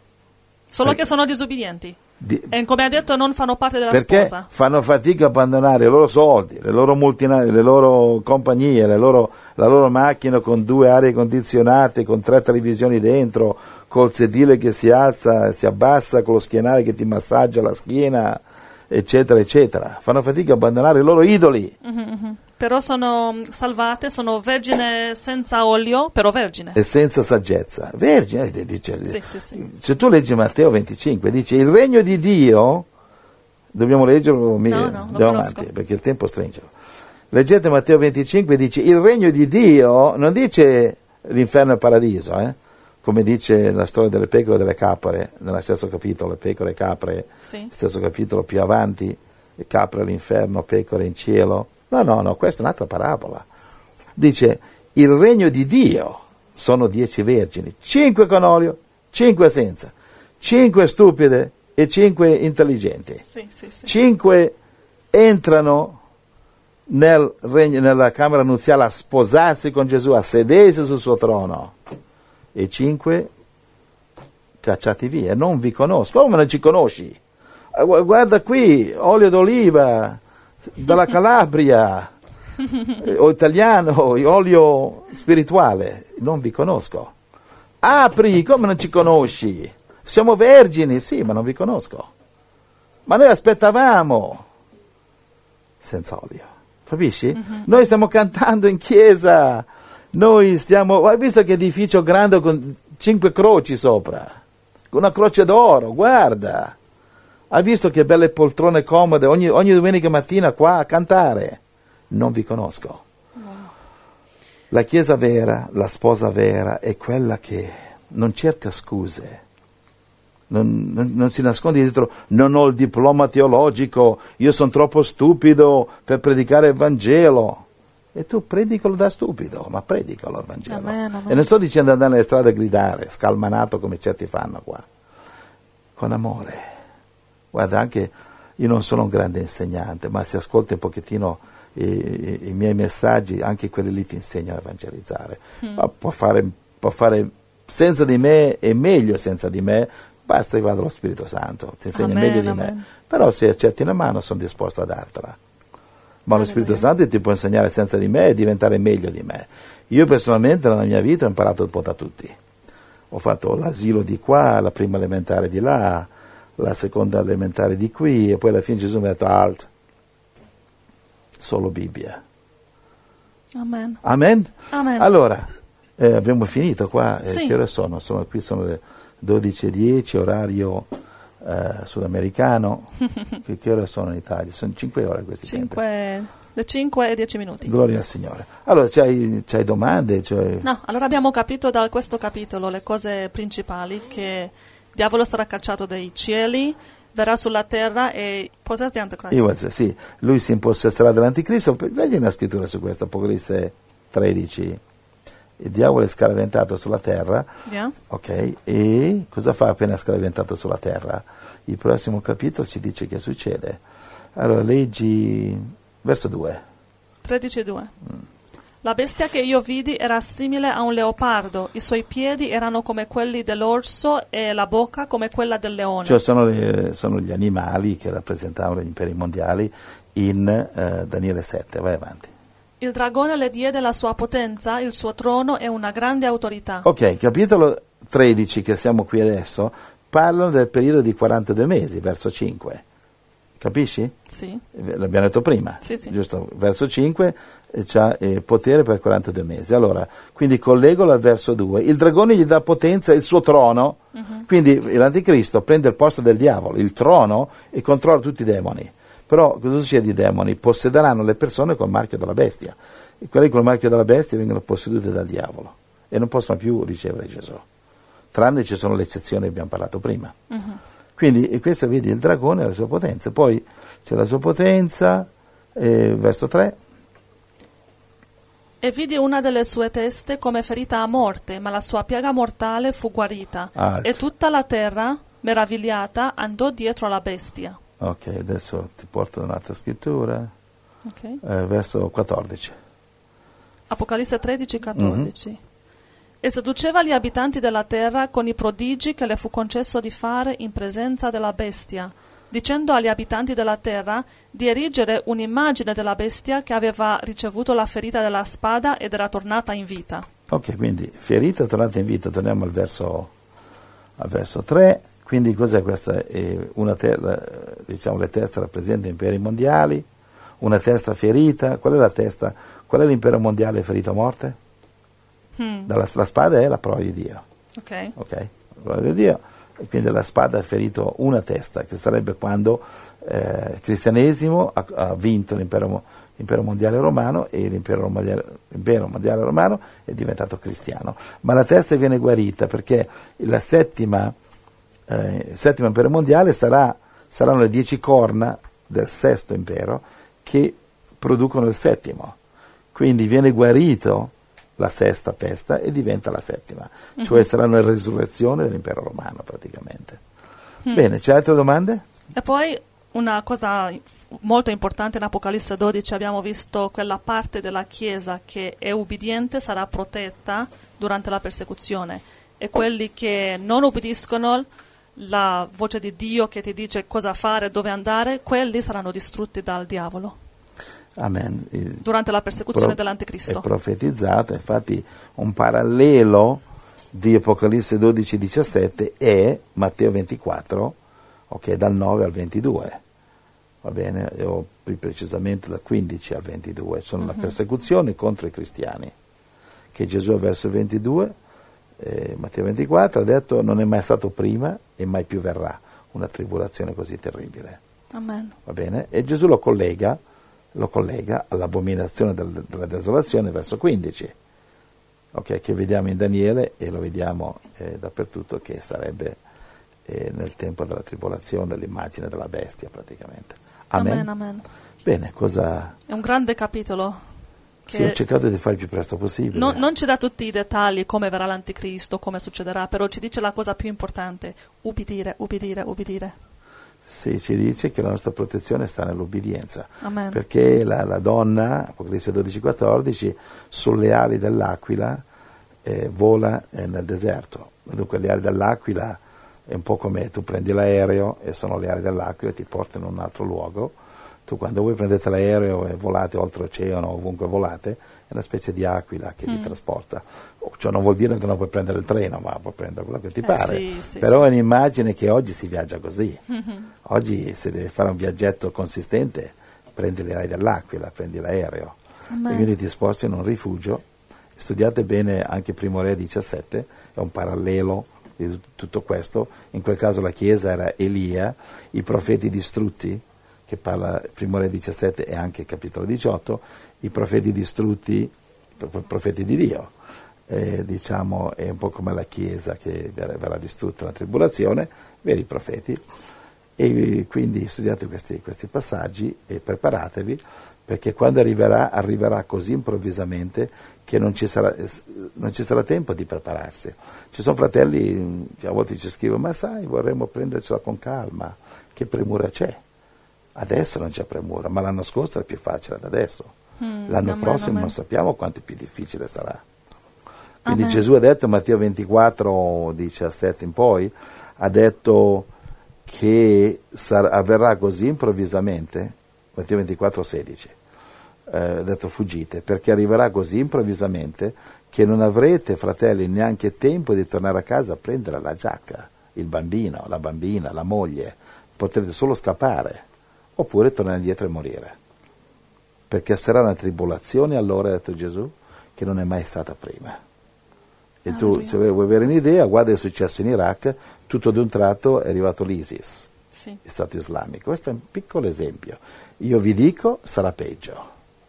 Solo perché, che sono disubbidienti. Di, e come ha detto non fanno parte della perché sposa. Perché fanno fatica a abbandonare i loro soldi, le loro multinazionali, le loro compagnie, le loro, la loro macchina con due aree condizionate, con tre televisioni dentro, col sedile che si alza, si abbassa, con lo schienale che ti massaggia la schiena, eccetera, eccetera. Fanno fatica a abbandonare i loro idoli. Uh-huh, uh-huh. Però sono salvate, sono vergine senza olio, però vergine. E senza saggezza. Vergine, dice, sì, sì, sì. Se tu leggi Matteo venticinque, dice il regno di Dio, dobbiamo leggerlo no, no, andiamo avanti, perché il tempo stringe. Leggete Matteo venticinque, dice il regno di Dio, non dice l'inferno e il paradiso, eh? Come dice la storia delle pecore e delle capre, nello stesso capitolo, pecore e capre, sì. Stesso capitolo più avanti, capre all'inferno, pecore in cielo. No, no, no, questa è un'altra parabola. Dice, il regno di Dio sono dieci vergini, cinque con olio, cinque senza, cinque stupide e cinque intelligenti. Sì, sì, sì. Cinque entrano nel regno, nella camera nuziale a sposarsi con Gesù, a sedersi sul suo trono. E cinque cacciati via, non vi conosco. Come non ci conosci? Guarda qui, olio d'oliva, dalla Calabria, o italiano, olio spirituale, non vi conosco. Apri, come non ci conosci? Siamo vergini, sì, ma non vi conosco. Ma noi aspettavamo senza olio, capisci? Uh-huh. Noi stiamo cantando in chiesa, noi stiamo, hai visto che edificio grande con cinque croci sopra, con una croce d'oro, guarda. Hai visto che belle poltrone comode ogni, ogni domenica mattina qua a cantare? Non vi conosco. Wow. La chiesa vera, la sposa vera, è quella che non cerca scuse, non, non, non si nasconde dietro non ho il diploma teologico, io sono troppo stupido per predicare il Vangelo. E tu predicalo da stupido, ma predicalo il Vangelo. Amen, amen. E non sto dicendo andare nelle strade a gridare, scalmanato come certi fanno qua. Con amore. Guarda, anche io non sono un grande insegnante, ma se ascolti un pochettino i, i, i miei messaggi, anche quelli lì ti insegnano a evangelizzare. Mm. Ma può fare, può fare senza di me e meglio senza di me, basta che vada lo Spirito Santo, ti insegna amen, meglio di amen. me. Però se accetti una mano sono disposto a dartela. Ma lo Spirito Santo ti può insegnare senza di me e diventare meglio di me. Io personalmente nella mia vita ho imparato un po' da tutti. Ho fatto l'asilo di qua, la prima elementare di là, la seconda elementare di qui, e poi alla fine Gesù mi ha detto alt, solo Bibbia. Amen. Amen? Amen. Allora, eh, abbiamo finito qua, eh, sì. Che ore sono? sono? Qui sono le dodici e dieci, orario eh, sudamericano. che, che ore sono in Italia? Sono cinque ore questi cinque, le cinque e dieci minuti. Gloria al Signore. Allora, c'hai, c'hai domande? C'hai... No, allora abbiamo capito da questo capitolo le cose principali, che il diavolo sarà cacciato dai cieli, verrà sulla terra e possessed the Antichrist. Io, sì, lui si impossesserà dell'Anticristo. Leggi una scrittura su questo, Apocalisse tredici. Il diavolo è scaraventato sulla terra. Yeah. Ok, e cosa fa appena scaraventato sulla terra? Il prossimo capitolo ci dice che succede. Allora, leggi verso due. tredici due. Mm. La bestia che io vidi era simile a un leopardo, i suoi piedi erano come quelli dell'orso e la bocca come quella del leone. Cioè sono, le, sono gli animali che rappresentavano gli imperi mondiali in eh, Daniele sette. Vai avanti. Il dragone le diede la sua potenza, il suo trono e una grande autorità. Ok, capitolo tredici, che siamo qui adesso, parlano del periodo di quarantadue mesi, verso cinque. Capisci? Sì. L'abbiamo detto prima, sì, sì. Giusto? Verso cinque eh, c'ha eh, potere per quarantadue mesi. Allora, quindi collegalo al verso due. Il dragone gli dà potenza, il suo trono, uh-huh. Quindi l'anticristo prende il posto del diavolo, il trono, e controlla tutti i demoni. Però cosa succede ai demoni? Possederanno le persone col marchio della bestia. E quelli col marchio della bestia vengono posseduti dal diavolo e non possono più ricevere Gesù. Tranne ci sono le eccezioni che abbiamo parlato prima. Uh-huh. Quindi e questo vedi il dragone e la sua potenza. Poi c'è la sua potenza, eh, verso tre. E vidi una delle sue teste come ferita a morte, ma la sua piaga mortale fu guarita. Alto. E tutta la terra, meravigliata, andò dietro alla bestia. Ok, adesso ti porto un'altra scrittura. Okay. Eh, verso quattordici. Apocalisse tredici, quattordici. Mm-hmm. E seduceva gli abitanti della terra con i prodigi che le fu concesso di fare in presenza della bestia, dicendo agli abitanti della terra di erigere un'immagine della bestia che aveva ricevuto la ferita della spada ed era tornata in vita. Ok, quindi ferita, tornata in vita. Torniamo al verso, al verso tre. Quindi cos'è questa? È una te- diciamo le teste rappresentano imperi mondiali, una testa ferita. Qual è la testa? Qual è l'impero mondiale ferito a morte? Hmm. Dalla, la spada è la prova di Dio. Ok. Ok, la prova di Dio. E quindi la spada ha ferito una testa, che sarebbe quando eh, il cristianesimo ha, ha vinto l'impero, l'impero mondiale romano e l'impero mondiale, l'impero mondiale romano è diventato cristiano. Ma la testa viene guarita perché la settima, eh, il settimo impero mondiale sarà, saranno le dieci corna del sesto impero che producono il settimo. Quindi viene guarito la sesta testa e diventa la settima, uh-huh. Cioè sarà una risurrezione dell'impero romano praticamente. Mm. Bene, c'è altre domande? E poi una cosa molto importante in Apocalisse dodici, abbiamo visto quella parte della Chiesa che è ubbidiente sarà protetta durante la persecuzione e quelli che non ubbidiscono la voce di Dio che ti dice cosa fare, dove andare, quelli saranno distrutti dal diavolo. Amen. Durante la persecuzione pro- dell'anticristo. È profetizzato, infatti un parallelo di Apocalisse dodici diciassette è Matteo ventiquattro, ok, dal nove al ventidue, va bene, o più precisamente dal quindici al ventidue, sono uh-huh. la persecuzione contro i cristiani, che Gesù verso il ventidue, eh, Matteo ventiquattro ha detto non è mai stato prima e mai più verrà una tribolazione così terribile. Amen. Va bene? E Gesù lo collega lo collega all'abominazione del, della desolazione verso quindici, okay, che vediamo in Daniele e lo vediamo eh, dappertutto, che sarebbe eh, nel tempo della tribolazione l'immagine della bestia praticamente. Amen. Amen, amen. Bene, cosa... È un grande capitolo. Che sì, ho cercato di fare il più presto possibile. Non, non ci dà tutti i dettagli, come verrà l'anticristo, come succederà, però ci dice la cosa più importante, ubbidire, ubbidire, ubbidire. Sì, ci dice che la nostra protezione sta nell'obbedienza. Amen. Perché la, la donna, Apocalisse dodici quattordici, sulle ali dell'aquila eh, vola eh, nel deserto. Dunque le ali dell'aquila è un po' come tu prendi l'aereo e sono le ali dell'aquila e ti portano in un altro luogo. Tu quando voi prendete l'aereo e volate oltreoceano, ovunque volate, è una specie di aquila che mm. vi trasporta. Cioè non vuol dire che non puoi prendere il treno, ma puoi prendere quello che ti eh, pare. Sì, sì, Però sì. è un'immagine che oggi si viaggia così. Mm-hmm. Oggi se devi fare un viaggetto consistente, prendi le ali dell'aquila, prendi l'aereo. Amen. E quindi ti sposti in un rifugio. Studiate bene anche Primo Re diciassette, è un parallelo di tutto questo. In quel caso la Chiesa era Elia, i profeti distrutti, che parla Primo Re diciassette e anche capitolo diciotto, i profeti distrutti, profeti di Dio, eh, diciamo è un po' come la Chiesa che verrà, verrà distrutta nella tribolazione, veri profeti, e quindi studiate questi, questi passaggi e preparatevi, perché quando arriverà, arriverà così improvvisamente che non ci sarà, non ci sarà tempo di prepararsi. Ci sono fratelli che a volte ci scrivono, ma sai, vorremmo prendercela con calma, che premura c'è? Adesso non c'è premura, ma l'anno scorso era più facile da adesso. Mm, l'anno amen, prossimo amen. Non sappiamo quanto più difficile sarà. Quindi amen. Gesù ha detto, Matteo ventiquattro diciassette in poi, ha detto che sar- avverrà così improvvisamente Matteo ventiquattro sedici, eh, ha detto fuggite, perché arriverà così improvvisamente che non avrete, fratelli, neanche tempo di tornare a casa a prendere la giacca, il bambino, la bambina, la moglie, potrete solo scappare, oppure tornare indietro e morire. Perché sarà una tribolazione allora, ha detto Gesù, che non è mai stata prima. E tu, Alleluia. se vuoi avere un'idea, guarda il successo in Iraq, tutto d'un tratto è arrivato l'ISIS, Sì. il Stato islamico. Questo è un piccolo esempio. Io vi dico, sarà peggio.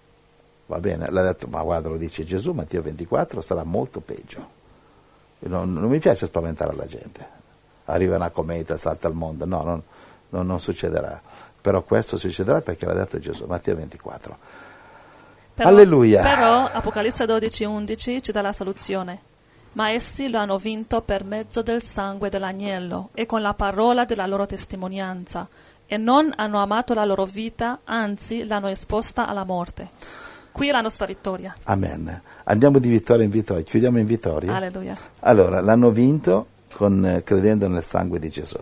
Va bene? L'ha detto, ma guarda, lo dice Gesù, Matteo ventiquattro, sarà molto peggio. Non, non mi piace spaventare la gente. Arriva una cometa, salta il mondo. No, non, non, non succederà. Però questo succederà perché l'ha detto Gesù, Matteo ventiquattro. Però, Alleluia. Però Apocalisse dodici undici ci dà la soluzione. Ma essi lo hanno vinto per mezzo del sangue dell'agnello e con la parola della loro testimonianza, e non hanno amato la loro vita, anzi l'hanno esposta alla morte. Qui è la nostra vittoria. Amen. Andiamo di vittoria in vittoria, chiudiamo in vittoria. Alleluia. Allora, l'hanno vinto con, eh, credendo nel sangue di Gesù.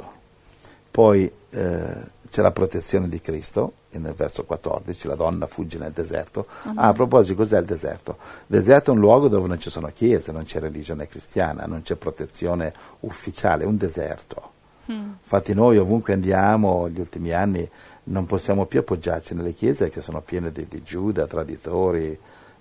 Poi eh, c'è la protezione di Cristo, nel verso quattordici, la donna fugge nel deserto. Amen. Ah, a proposito, cos'è il deserto? Il deserto è un luogo dove non ci sono chiese, non c'è religione cristiana, non c'è protezione ufficiale, è un deserto. Mm. Infatti noi ovunque andiamo, negli ultimi anni, non possiamo più appoggiarci nelle chiese che sono piene di, di Giuda, traditori,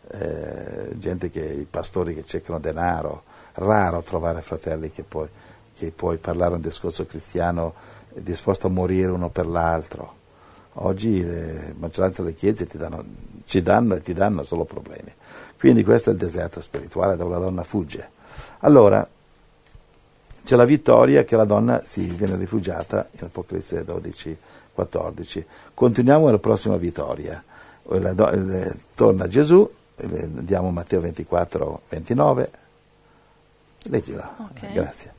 eh, gente che, i pastori che cercano denaro. Raro trovare fratelli che poi, che puoi parlare un discorso cristiano disposto a morire uno per l'altro. Oggi la maggioranza delle chiese ti danno, ci danno e ti danno solo problemi. Quindi questo è il deserto spirituale dove la donna fugge. Allora, c'è la vittoria che la donna si viene rifugiata in Apocalisse dodici quattordici. Continuiamo nella prossima vittoria. La do, le, torna Gesù, le, andiamo a Matteo ventiquattro ventinove. Leggila. Ok. Grazie.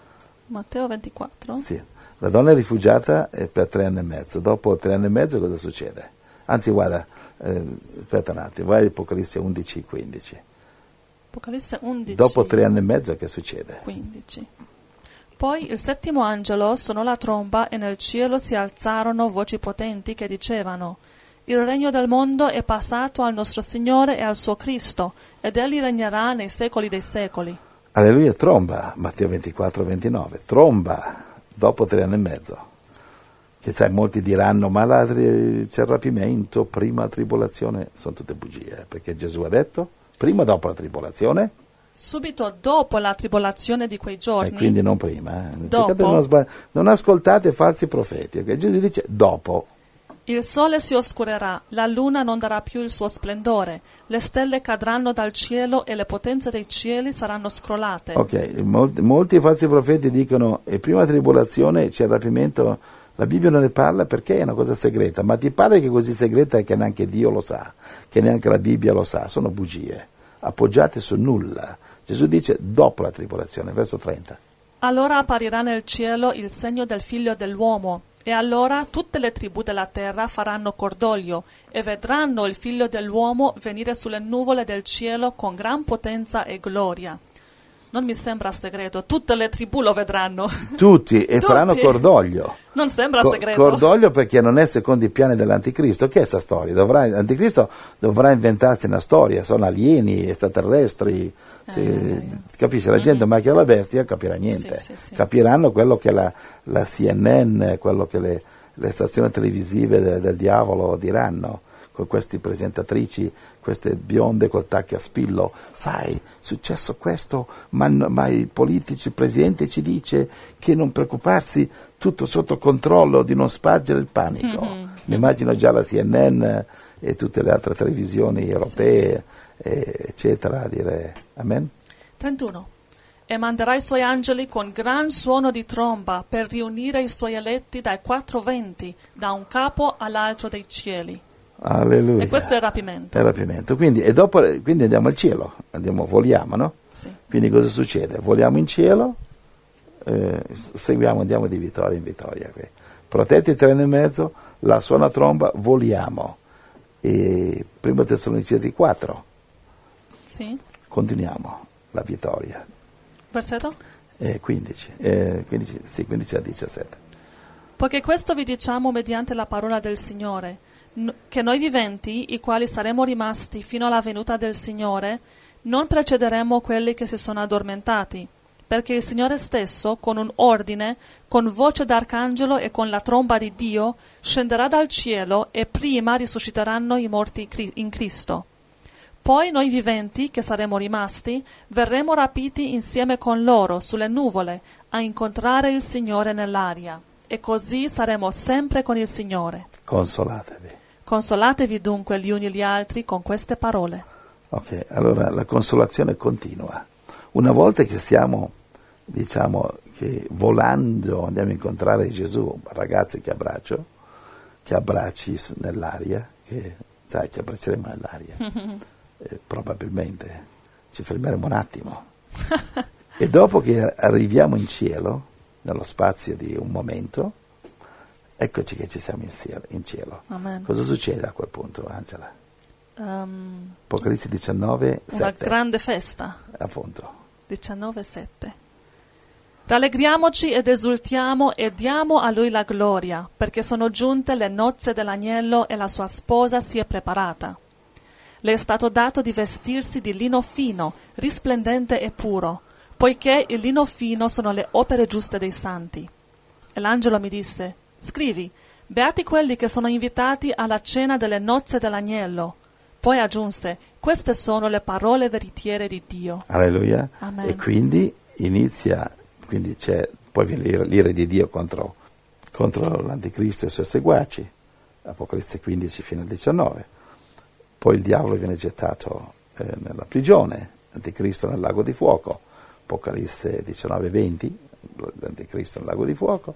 Matteo ventiquattro? Sì. La donna è rifugiata per tre anni e mezzo. Dopo tre anni e mezzo cosa succede? Anzi, guarda, eh, aspetta un attimo, vai a Apocalisse undici quindici. Apocalisse undici. Dopo tre anni e mezzo che succede? quindici. Poi il settimo angelo suonò la tromba e nel cielo si alzarono voci potenti che dicevano: il regno del mondo è passato al nostro Signore e al suo Cristo, ed egli regnerà nei secoli dei secoli. Alleluia, tromba, Matteo ventiquattro ventinove, tromba, dopo tre anni e mezzo. Che sai, molti diranno, ma la, c'è il rapimento, prima la tribolazione, sono tutte bugie, perché Gesù ha detto, prima o dopo la tribolazione? Subito dopo la tribolazione di quei giorni. E quindi non prima. Eh. Dopo. Non, sbag- non ascoltate falsi profeti, okay? Gesù dice dopo. Il sole si oscurerà, la luna non darà più il suo splendore, le stelle cadranno dal cielo e le potenze dei cieli saranno scrollate. Ok, molti, molti falsi profeti dicono, e prima la tribolazione c'è il rapimento, la Bibbia non ne parla perché è una cosa segreta, ma ti pare che è così segreta che neanche Dio lo sa, che neanche la Bibbia lo sa, sono bugie, appoggiate su nulla. Gesù dice dopo la tribolazione, verso trenta. Allora apparirà nel cielo il segno del figlio dell'uomo, e allora tutte le tribù della terra faranno cordoglio e vedranno il figlio dell'uomo venire sulle nuvole del cielo con gran potenza e gloria. Non mi sembra segreto, tutte le tribù lo vedranno. Tutti, e Tutti. faranno cordoglio. Non sembra Co- segreto. Cordoglio perché non è secondo i piani dell'anticristo. Che è sta storia? Dovrà, l'anticristo dovrà inventarsi una storia, sono alieni, extraterrestri, Eh, sì, eh, capisci? La gente macchia la bestia capirà niente. Sì, sì, sì. Capiranno quello che la, la C N N, quello che le, le stazioni televisive de, del diavolo diranno, con queste presentatrici, queste bionde col tacchi a spillo. Sai, è successo questo, ma, ma i politici, il presidente ci dice che non preoccuparsi, tutto sotto controllo, di non spargere il panico. Mm-hmm. Mi immagino già la C N N e tutte le altre televisioni europee, sì, sì. E, eccetera, a dire amen. trentuno. E manderà i suoi angeli con gran suono di tromba per riunire i suoi eletti dai quattro venti, da un capo all'altro dei cieli. Alleluia. E questo è il rapimento. È il rapimento. Quindi, e dopo, quindi andiamo al cielo, andiamo, voliamo, no? Sì. Quindi cosa succede? Voliamo in cielo, eh, seguiamo, andiamo di vittoria in vittoria. Qui. Protetti tre anni e mezzo, la suona tromba, voliamo. E primo Tessalonicesi quattro, Sì. continuiamo la vittoria. Versetto? Eh, quindici, eh, quindici, sì, quindici a diciassette. Poiché questo vi diciamo mediante la parola del Signore, n- che noi viventi, i quali saremo rimasti fino alla venuta del Signore, non precederemo quelli che si sono addormentati, perché il Signore stesso, con un ordine, con voce d'arcangelo e con la tromba di Dio, scenderà dal cielo e prima risusciteranno i morti in Cristo. Poi noi viventi, che saremo rimasti, verremo rapiti insieme con loro sulle nuvole a incontrare il Signore nell'aria, e così saremo sempre con il Signore. Consolatevi. Consolatevi dunque gli uni gli altri con queste parole. Ok, allora la consolazione continua. Una volta che siamo, diciamo, che volando andiamo a incontrare Gesù, ragazzi che abbraccio, che abbracci nell'aria, che sai, ci abbracceremo nell'aria, eh, probabilmente ci fermeremo un attimo. E dopo che arriviamo in cielo, nello spazio di un momento, eccoci che ci siamo in cielo. Amen. Cosa succede a quel punto, Angela? Um, Apocalisse diciannove, una sette. grande festa. Appunto. diciannove sette. Rallegriamoci ed esultiamo e diamo a Lui la gloria, perché sono giunte le nozze dell'agnello e la sua sposa si è preparata. Le è stato dato di vestirsi di lino fino, risplendente e puro, poiché il lino fino sono le opere giuste dei santi. E l'angelo mi disse: scrivi, beati quelli che sono invitati alla cena delle nozze dell'agnello. Poi aggiunse: queste sono le parole veritiere di Dio. Alleluia. Amen. E quindi inizia, quindi c'è poi viene l'ira, l'ira di Dio contro, contro l'anticristo e i suoi seguaci, Apocalisse quindici fino al diciannove. Poi il diavolo viene gettato eh, nella prigione, l'anticristo nel lago di fuoco, Apocalisse diciannove venti, l'anticristo nel lago di fuoco.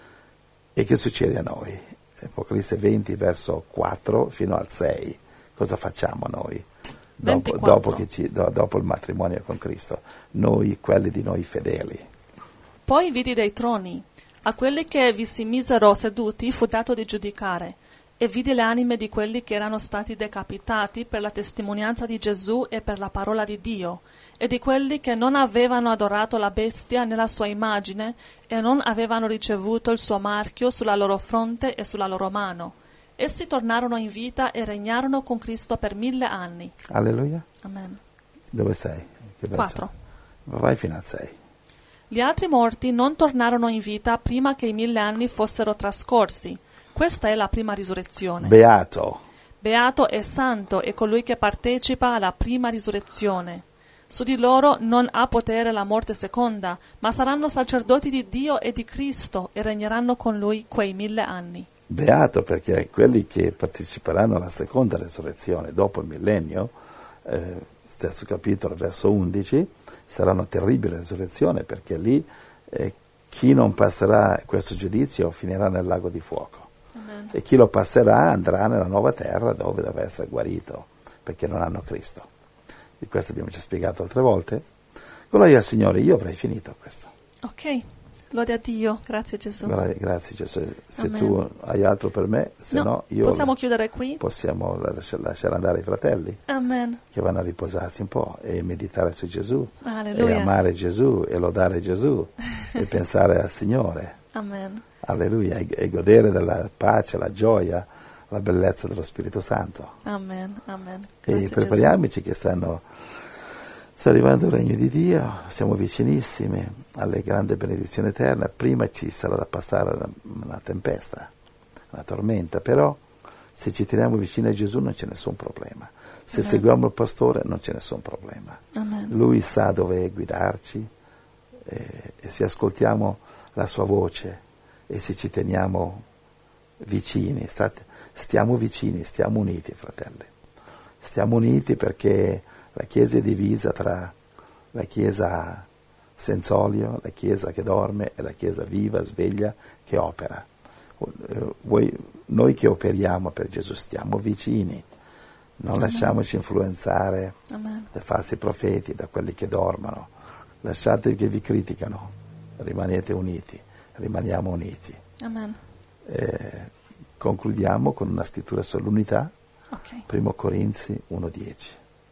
E che succede a noi? Apocalisse venti verso quattro fino al sei. Cosa facciamo noi dopo, dopo, che ci, do, dopo il matrimonio con Cristo? Noi, quelli di noi fedeli. Poi vidi dei troni. A quelli che vi si misero seduti fu dato di giudicare. E vidi le anime di quelli che erano stati decapitati per la testimonianza di Gesù e per la parola di Dio, e di quelli che non avevano adorato la bestia nella sua immagine e non avevano ricevuto il suo marchio sulla loro fronte e sulla loro mano. Essi tornarono in vita e regnarono con Cristo per mille anni. Alleluia. Amen. Dove sei? Che Quattro. Vai fino al sei. Gli altri morti non tornarono in vita prima che i mille anni fossero trascorsi. Questa è la prima risurrezione. Beato. Beato e santo è colui che partecipa alla prima risurrezione. Su di loro non ha potere la morte seconda, ma saranno sacerdoti di Dio e di Cristo e regneranno con Lui quei mille anni. Beato perché quelli che parteciperanno alla seconda resurrezione dopo il millennio, eh, stesso capitolo, verso undici, saranno terribili resurrezione perché lì eh, chi non passerà questo giudizio finirà nel lago di fuoco. Amen. E chi lo passerà andrà nella nuova terra dove deve essere guarito perché non hanno Cristo. Di questo abbiamo già spiegato altre volte. Gloria al Signore, io avrei finito questo. Ok, gloria a Dio, grazie Gesù. Gra- grazie Gesù. Se Amen. tu hai altro per me, se no, No, io possiamo chiudere qui? possiamo lasciare, lasciare andare i fratelli Amen. che vanno a riposarsi un po' e meditare su Gesù Alleluia. e amare Gesù e lodare Gesù e pensare al Signore. Amen. Alleluia, e, e godere della pace, la gioia, la bellezza dello Spirito Santo. Amen. Amen. E Grazie, prepariamoci che stanno, sta arrivando il regno di Dio, siamo vicinissimi alle grandi benedizioni eterne. Prima ci sarà da passare una, una tempesta, una tormenta, però se ci teniamo vicini a Gesù non c'è nessun problema. Se Amen. seguiamo il pastore non c'è nessun problema. Amen. Lui sa dove guidarci e, e se ascoltiamo la sua voce e se ci teniamo vicini, state, stiamo vicini, stiamo uniti, fratelli. Stiamo uniti perché la Chiesa è divisa tra la Chiesa senza olio, la Chiesa che dorme e la Chiesa viva, sveglia, che opera. Voi, noi che operiamo per Gesù stiamo vicini, non Amen. Lasciamoci influenzare Amen. da falsi profeti, da quelli che dormono. Lasciatevi che vi criticano, rimanete uniti, rimaniamo uniti. Amen. Eh, concludiamo con una scrittura sull'unità, Ok. Primo Corinzi uno dieci.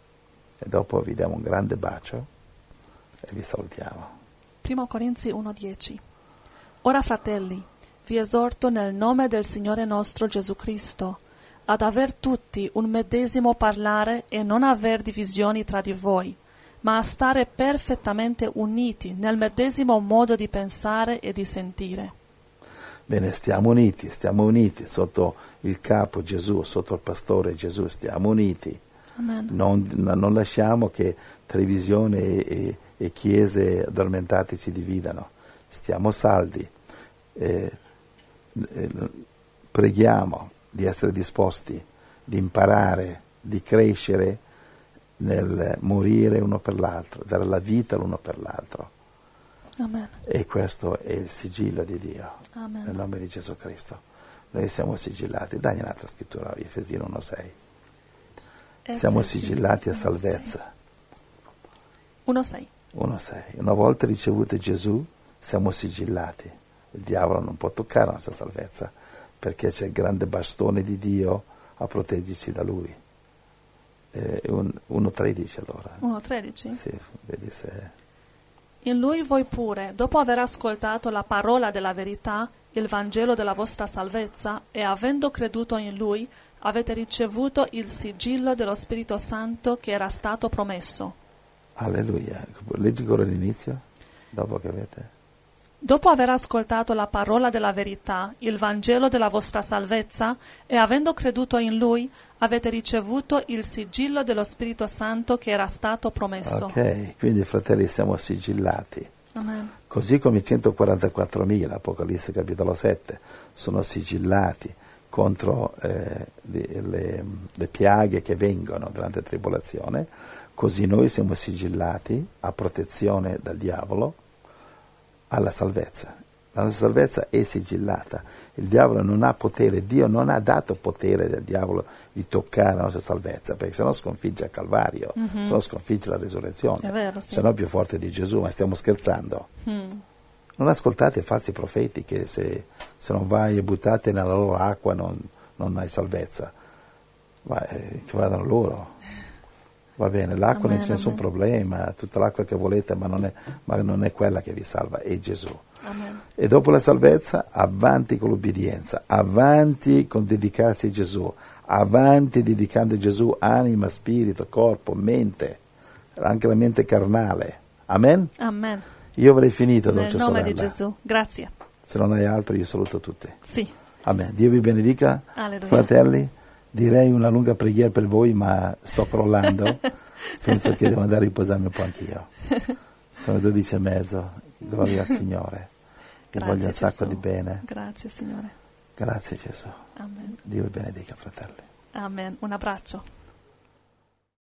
E dopo vi diamo un grande bacio e vi salutiamo. Primo Corinzi uno dieci. Ora, fratelli, vi esorto nel nome del Signore nostro Gesù Cristo ad aver tutti un medesimo parlare e non aver divisioni tra di voi, ma a stare perfettamente uniti nel medesimo modo di pensare e di sentire. Bene, stiamo uniti, stiamo uniti sotto il capo Gesù, sotto il pastore Gesù, stiamo uniti. Amen. Non, non lasciamo che televisione e, e, e chiese addormentate ci dividano. Stiamo saldi. Eh, eh, preghiamo di essere disposti, di imparare, di crescere nel morire uno per l'altro, dare la vita l'uno per l'altro. Amen. E questo è il sigillo di Dio. Amen. Nel nome di Gesù Cristo. Noi siamo sigillati. Dai un'altra scrittura, Efesini uno sei. Siamo Efesini sigillati a uno salvezza. uno sei. uno sei. Una volta ricevuto Gesù, siamo sigillati. Il diavolo non può toccare la nostra salvezza, perché c'è il grande bastone di Dio a proteggerci da Lui. Eh, uno tredici allora. uno tredici? Sì, vedi se... In Lui voi pure, dopo aver ascoltato la parola della verità, il Vangelo della vostra salvezza, e avendo creduto in Lui, avete ricevuto il sigillo dello Spirito Santo che era stato promesso. Alleluia. Leggi ancora l'inizio, dopo che avete... Dopo aver ascoltato la parola della verità, il Vangelo della vostra salvezza, e avendo creduto in Lui, avete ricevuto il sigillo dello Spirito Santo che era stato promesso. Ok, quindi fratelli siamo sigillati. Amen. Così come i centoquarantaquattromila, Apocalisse capitolo sette, sono sigillati contro eh, le, le, le piaghe che vengono durante la tribolazione, così noi siamo sigillati a protezione dal diavolo alla salvezza. La nostra salvezza è sigillata. Il diavolo non ha potere, Dio non ha dato potere al diavolo di toccare la nostra salvezza, perché sennò sconfigge il Calvario, Mm-hmm. sennò sconfigge la risurrezione, È vero, sì. sennò è più forte di Gesù, ma stiamo scherzando. Mm. Non ascoltate i falsi profeti che se, se non vai e buttate nella loro acqua non, non hai salvezza. Ma, eh, che vadano loro. Va bene, l'acqua Amen, non c'è nessun amen. problema, tutta l'acqua che volete, ma non, è, ma non è quella che vi salva, è Gesù. Amen. E dopo la salvezza, avanti con l'ubbidienza, avanti con dedicarsi a Gesù, avanti dedicando a Gesù anima, spirito, corpo, mente, anche la mente carnale. Amen? Amen. Io avrei finito, Nel dolce nome sorella. di Gesù. Grazie. Se non hai altro, io saluto tutti. Sì. Amen. Dio vi benedica. Alleluia. Fratelli, direi una lunga preghiera per voi, ma sto crollando. Penso che devo andare a riposarmi un po' anch'io. Sono le dodici e mezzo. Gloria al Signore. Vi Grazie, voglio un sacco Gesù. di bene. Grazie, Signore. Grazie Gesù. Amen. Dio vi benedica, fratelli. Amen. Un abbraccio.